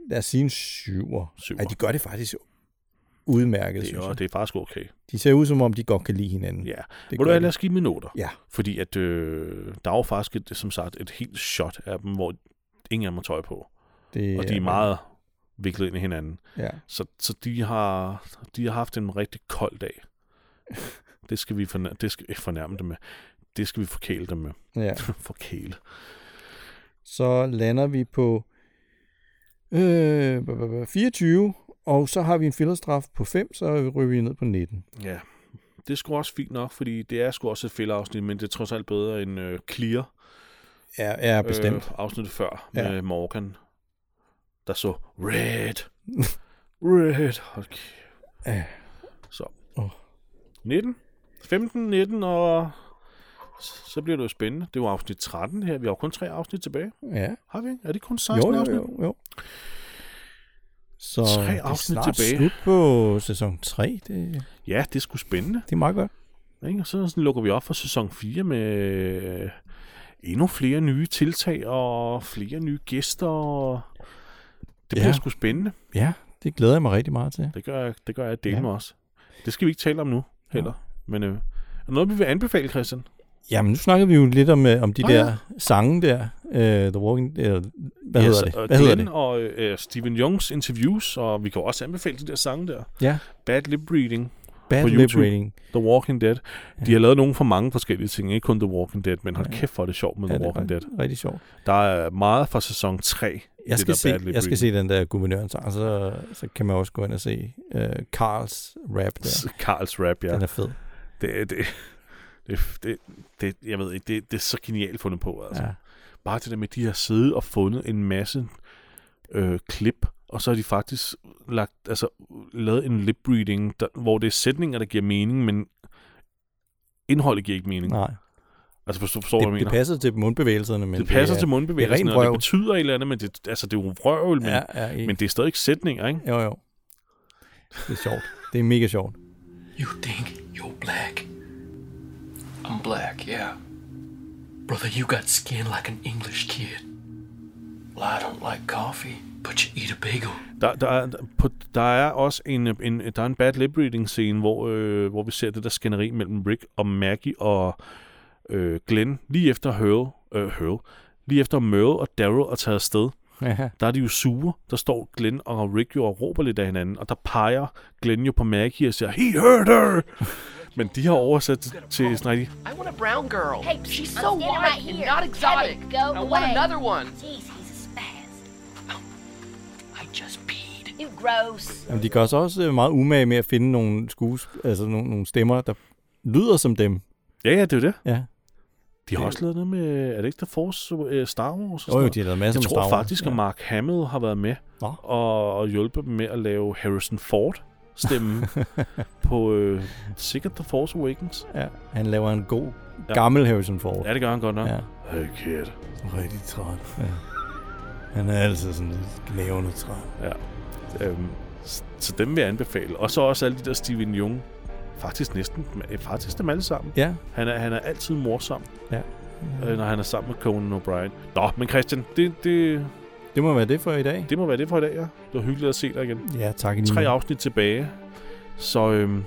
lad os sige en syver. Syver. Ej, de gør det faktisk udmærket, Det, synes er, jeg. det er faktisk okay. De ser ud, som om de godt kan lide hinanden. Ja. Det Må du gør have, de. lad os give dem noter. Ja. Fordi at, øh, der er jo faktisk, et, som sagt, et helt shot af dem, hvor ingen af dem har tøj på. Det, Og de er meget viklet ind i hinanden. Ja. Så, så de, har, de har haft en rigtig kold dag. Det skal vi fornærme, det skal, ikke fornærme dem med. Det skal vi forkæle dem med. Ja. Forkæle. Så lander vi på øh, fireogtyve, og så har vi en fillerstraf på fem, så ryger vi ned på nitten. Ja, det er sgu også fint nok, fordi det er sgu også et fældeafsnit, men det er trods alt bedre end øh, Clear. Ja, er bestemt. Øh, afsnittet før Ja. med Morgan, der så Red. Red. Okay. Ja. Så. Oh. nitten. femten, nitten, og så bliver det jo spændende. Det er jo afsnit tretten her. Vi har jo kun tre afsnit tilbage. Ja. Har vi ikke? Er det kun seksten Jo, jo, afsnit? jo, jo. Så Tre det er afsnit snart tilbage. slut på sæson tre. Det, Ja, det er sgu spændende. det er meget godt. Ikke? Og så sådan lukker vi op for sæson fire med øh, endnu flere nye tiltag og flere nye gæster. Og det bliver Ja. sgu spændende. Ja, det glæder jeg mig rigtig meget til. Det gør jeg, det gør jeg dele Ja. med os. Det skal vi ikke tale om nu heller. Men øh, er der noget, vi vil anbefale, Christian? Jamen, nu snakkede vi jo lidt om, øh, om de Nå, der ja. sange der. Uh, The Walking... Uh, hvad Yes, hedder det? og Hvad hedder Glenn det? og øh, Steven Youngs interviews, og vi kan også anbefale de der sange der. Ja, Bad Lip Reading, Bad på Lip YouTube. Reading. The Walking Dead. De har lavet nogle for mange forskellige ting, ikke kun The Walking Dead, men hold Ja. kæft for det sjovt med Ja, The det er Walking Dead. rigtig, rigtig sjovt. Der er meget fra sæson tre. Jeg det skal, der se, Bad Lip jeg skal Reading. se den der guvernøren sang, så, så kan man også gå ind og se uh, Carls rap der. Carls rap, ja. Den er fed. Det, det, det, det, det, jeg ved ikke, det, det er så genialt fundet på, altså. Ja. Bare det der med, at de har siddet og fundet en masse øh, klip, og så har de faktisk lagt, altså, lavet en lip reading, der, hvor det er sætninger, der giver mening, men indholdet giver ikke mening. Nej, Altså, forstår, forstår du, hvad det, jeg det mener? passer til mundbevægelserne, men Det passer er, til mundbevægelsen, det er og ren det vrøvl. betyder et eller andet, men det, altså, det er jo vrøvl, men, Ja, ja, i, men det er stadig sætninger, ikke? jo, jo. Det er sjovt. Det er mega sjovt. You think you're black? I'm black, yeah. Brother, you got skin like an English kid. Well, I don't like coffee, but you eat a bagel. Der, der, er, på, der er også en, en, der er en bad lip reading scene, hvor, øh, hvor vi ser det der skænderi mellem Rick og Maggie og øh, Glenn, lige efter Hurl, øh, Hurl, lige efter Merle og Daryl er taget afsted. Ja. Der er de jo sure. Der står Glenn og Rick jo og råber lidt af hinanden, og der peger Glenn jo på Maggie og siger, he hurt her! Men de har oversat til, til sådan rigtig, I want a brown girl. Hey, she's I'm so standing white right and here. not exotic. Kevin, go I away. want another one. Jeez, he's a spaz. I just peed. Ew, gross. Jamen, de gør så også øh, meget umage med at finde nogle, skuesp- altså nogle, nogle stemmer, der lyder som dem. ja, ja, det er jo det. Ja. De har også lavet noget med, er det ikke The Force, uh, Star Wars? Og sådan Jo, jo, noget? de har lavet masser Jeg med tror Star Wars. faktisk, ja. at Mark Hamill har været med Nå. og, og hjulpet dem med at lave Harrison Ford stemme på øh, sikkert The Force Awakens. Ja, han laver en god, Ja. gammel Harrison Ford. Ja, det gør han godt nok. Ja. Hey kid. Rigtig træt. Ja. Han er altid sådan lidt gnævende træt. Ja. Øhm, s- så dem vil jeg anbefale. Og så også alle de der Steven Yeun. Faktisk næsten, faktisk dem alle sammen. Ja. Han er, han er altid morsom, Ja. øh, når han er sammen med Conan O'Brien. Nå, men Christian, det, det, Det må være det for i dag. det må være det for i dag, ja. Det var hyggeligt at se dig igen. Ja, tak. i lige Tre måde. afsnit tilbage. Så øhm,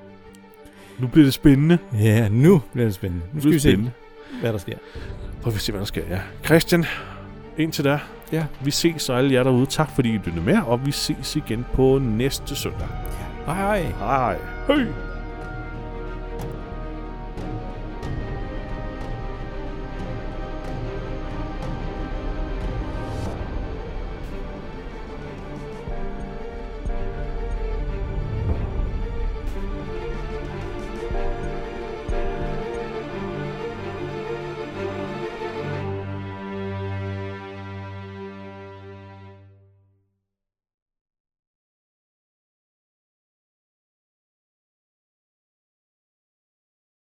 nu bliver det spændende. Ja, nu bliver det spændende. Nu skal vi se, spændende. hvad der sker. Prøv at se, hvad der sker, ja. Christian, indtil da. Ja. Vi ses, og alle jer derude. Tak fordi I lyttede med, og vi ses igen på næste søndag. Hej hej. Hej. Hej.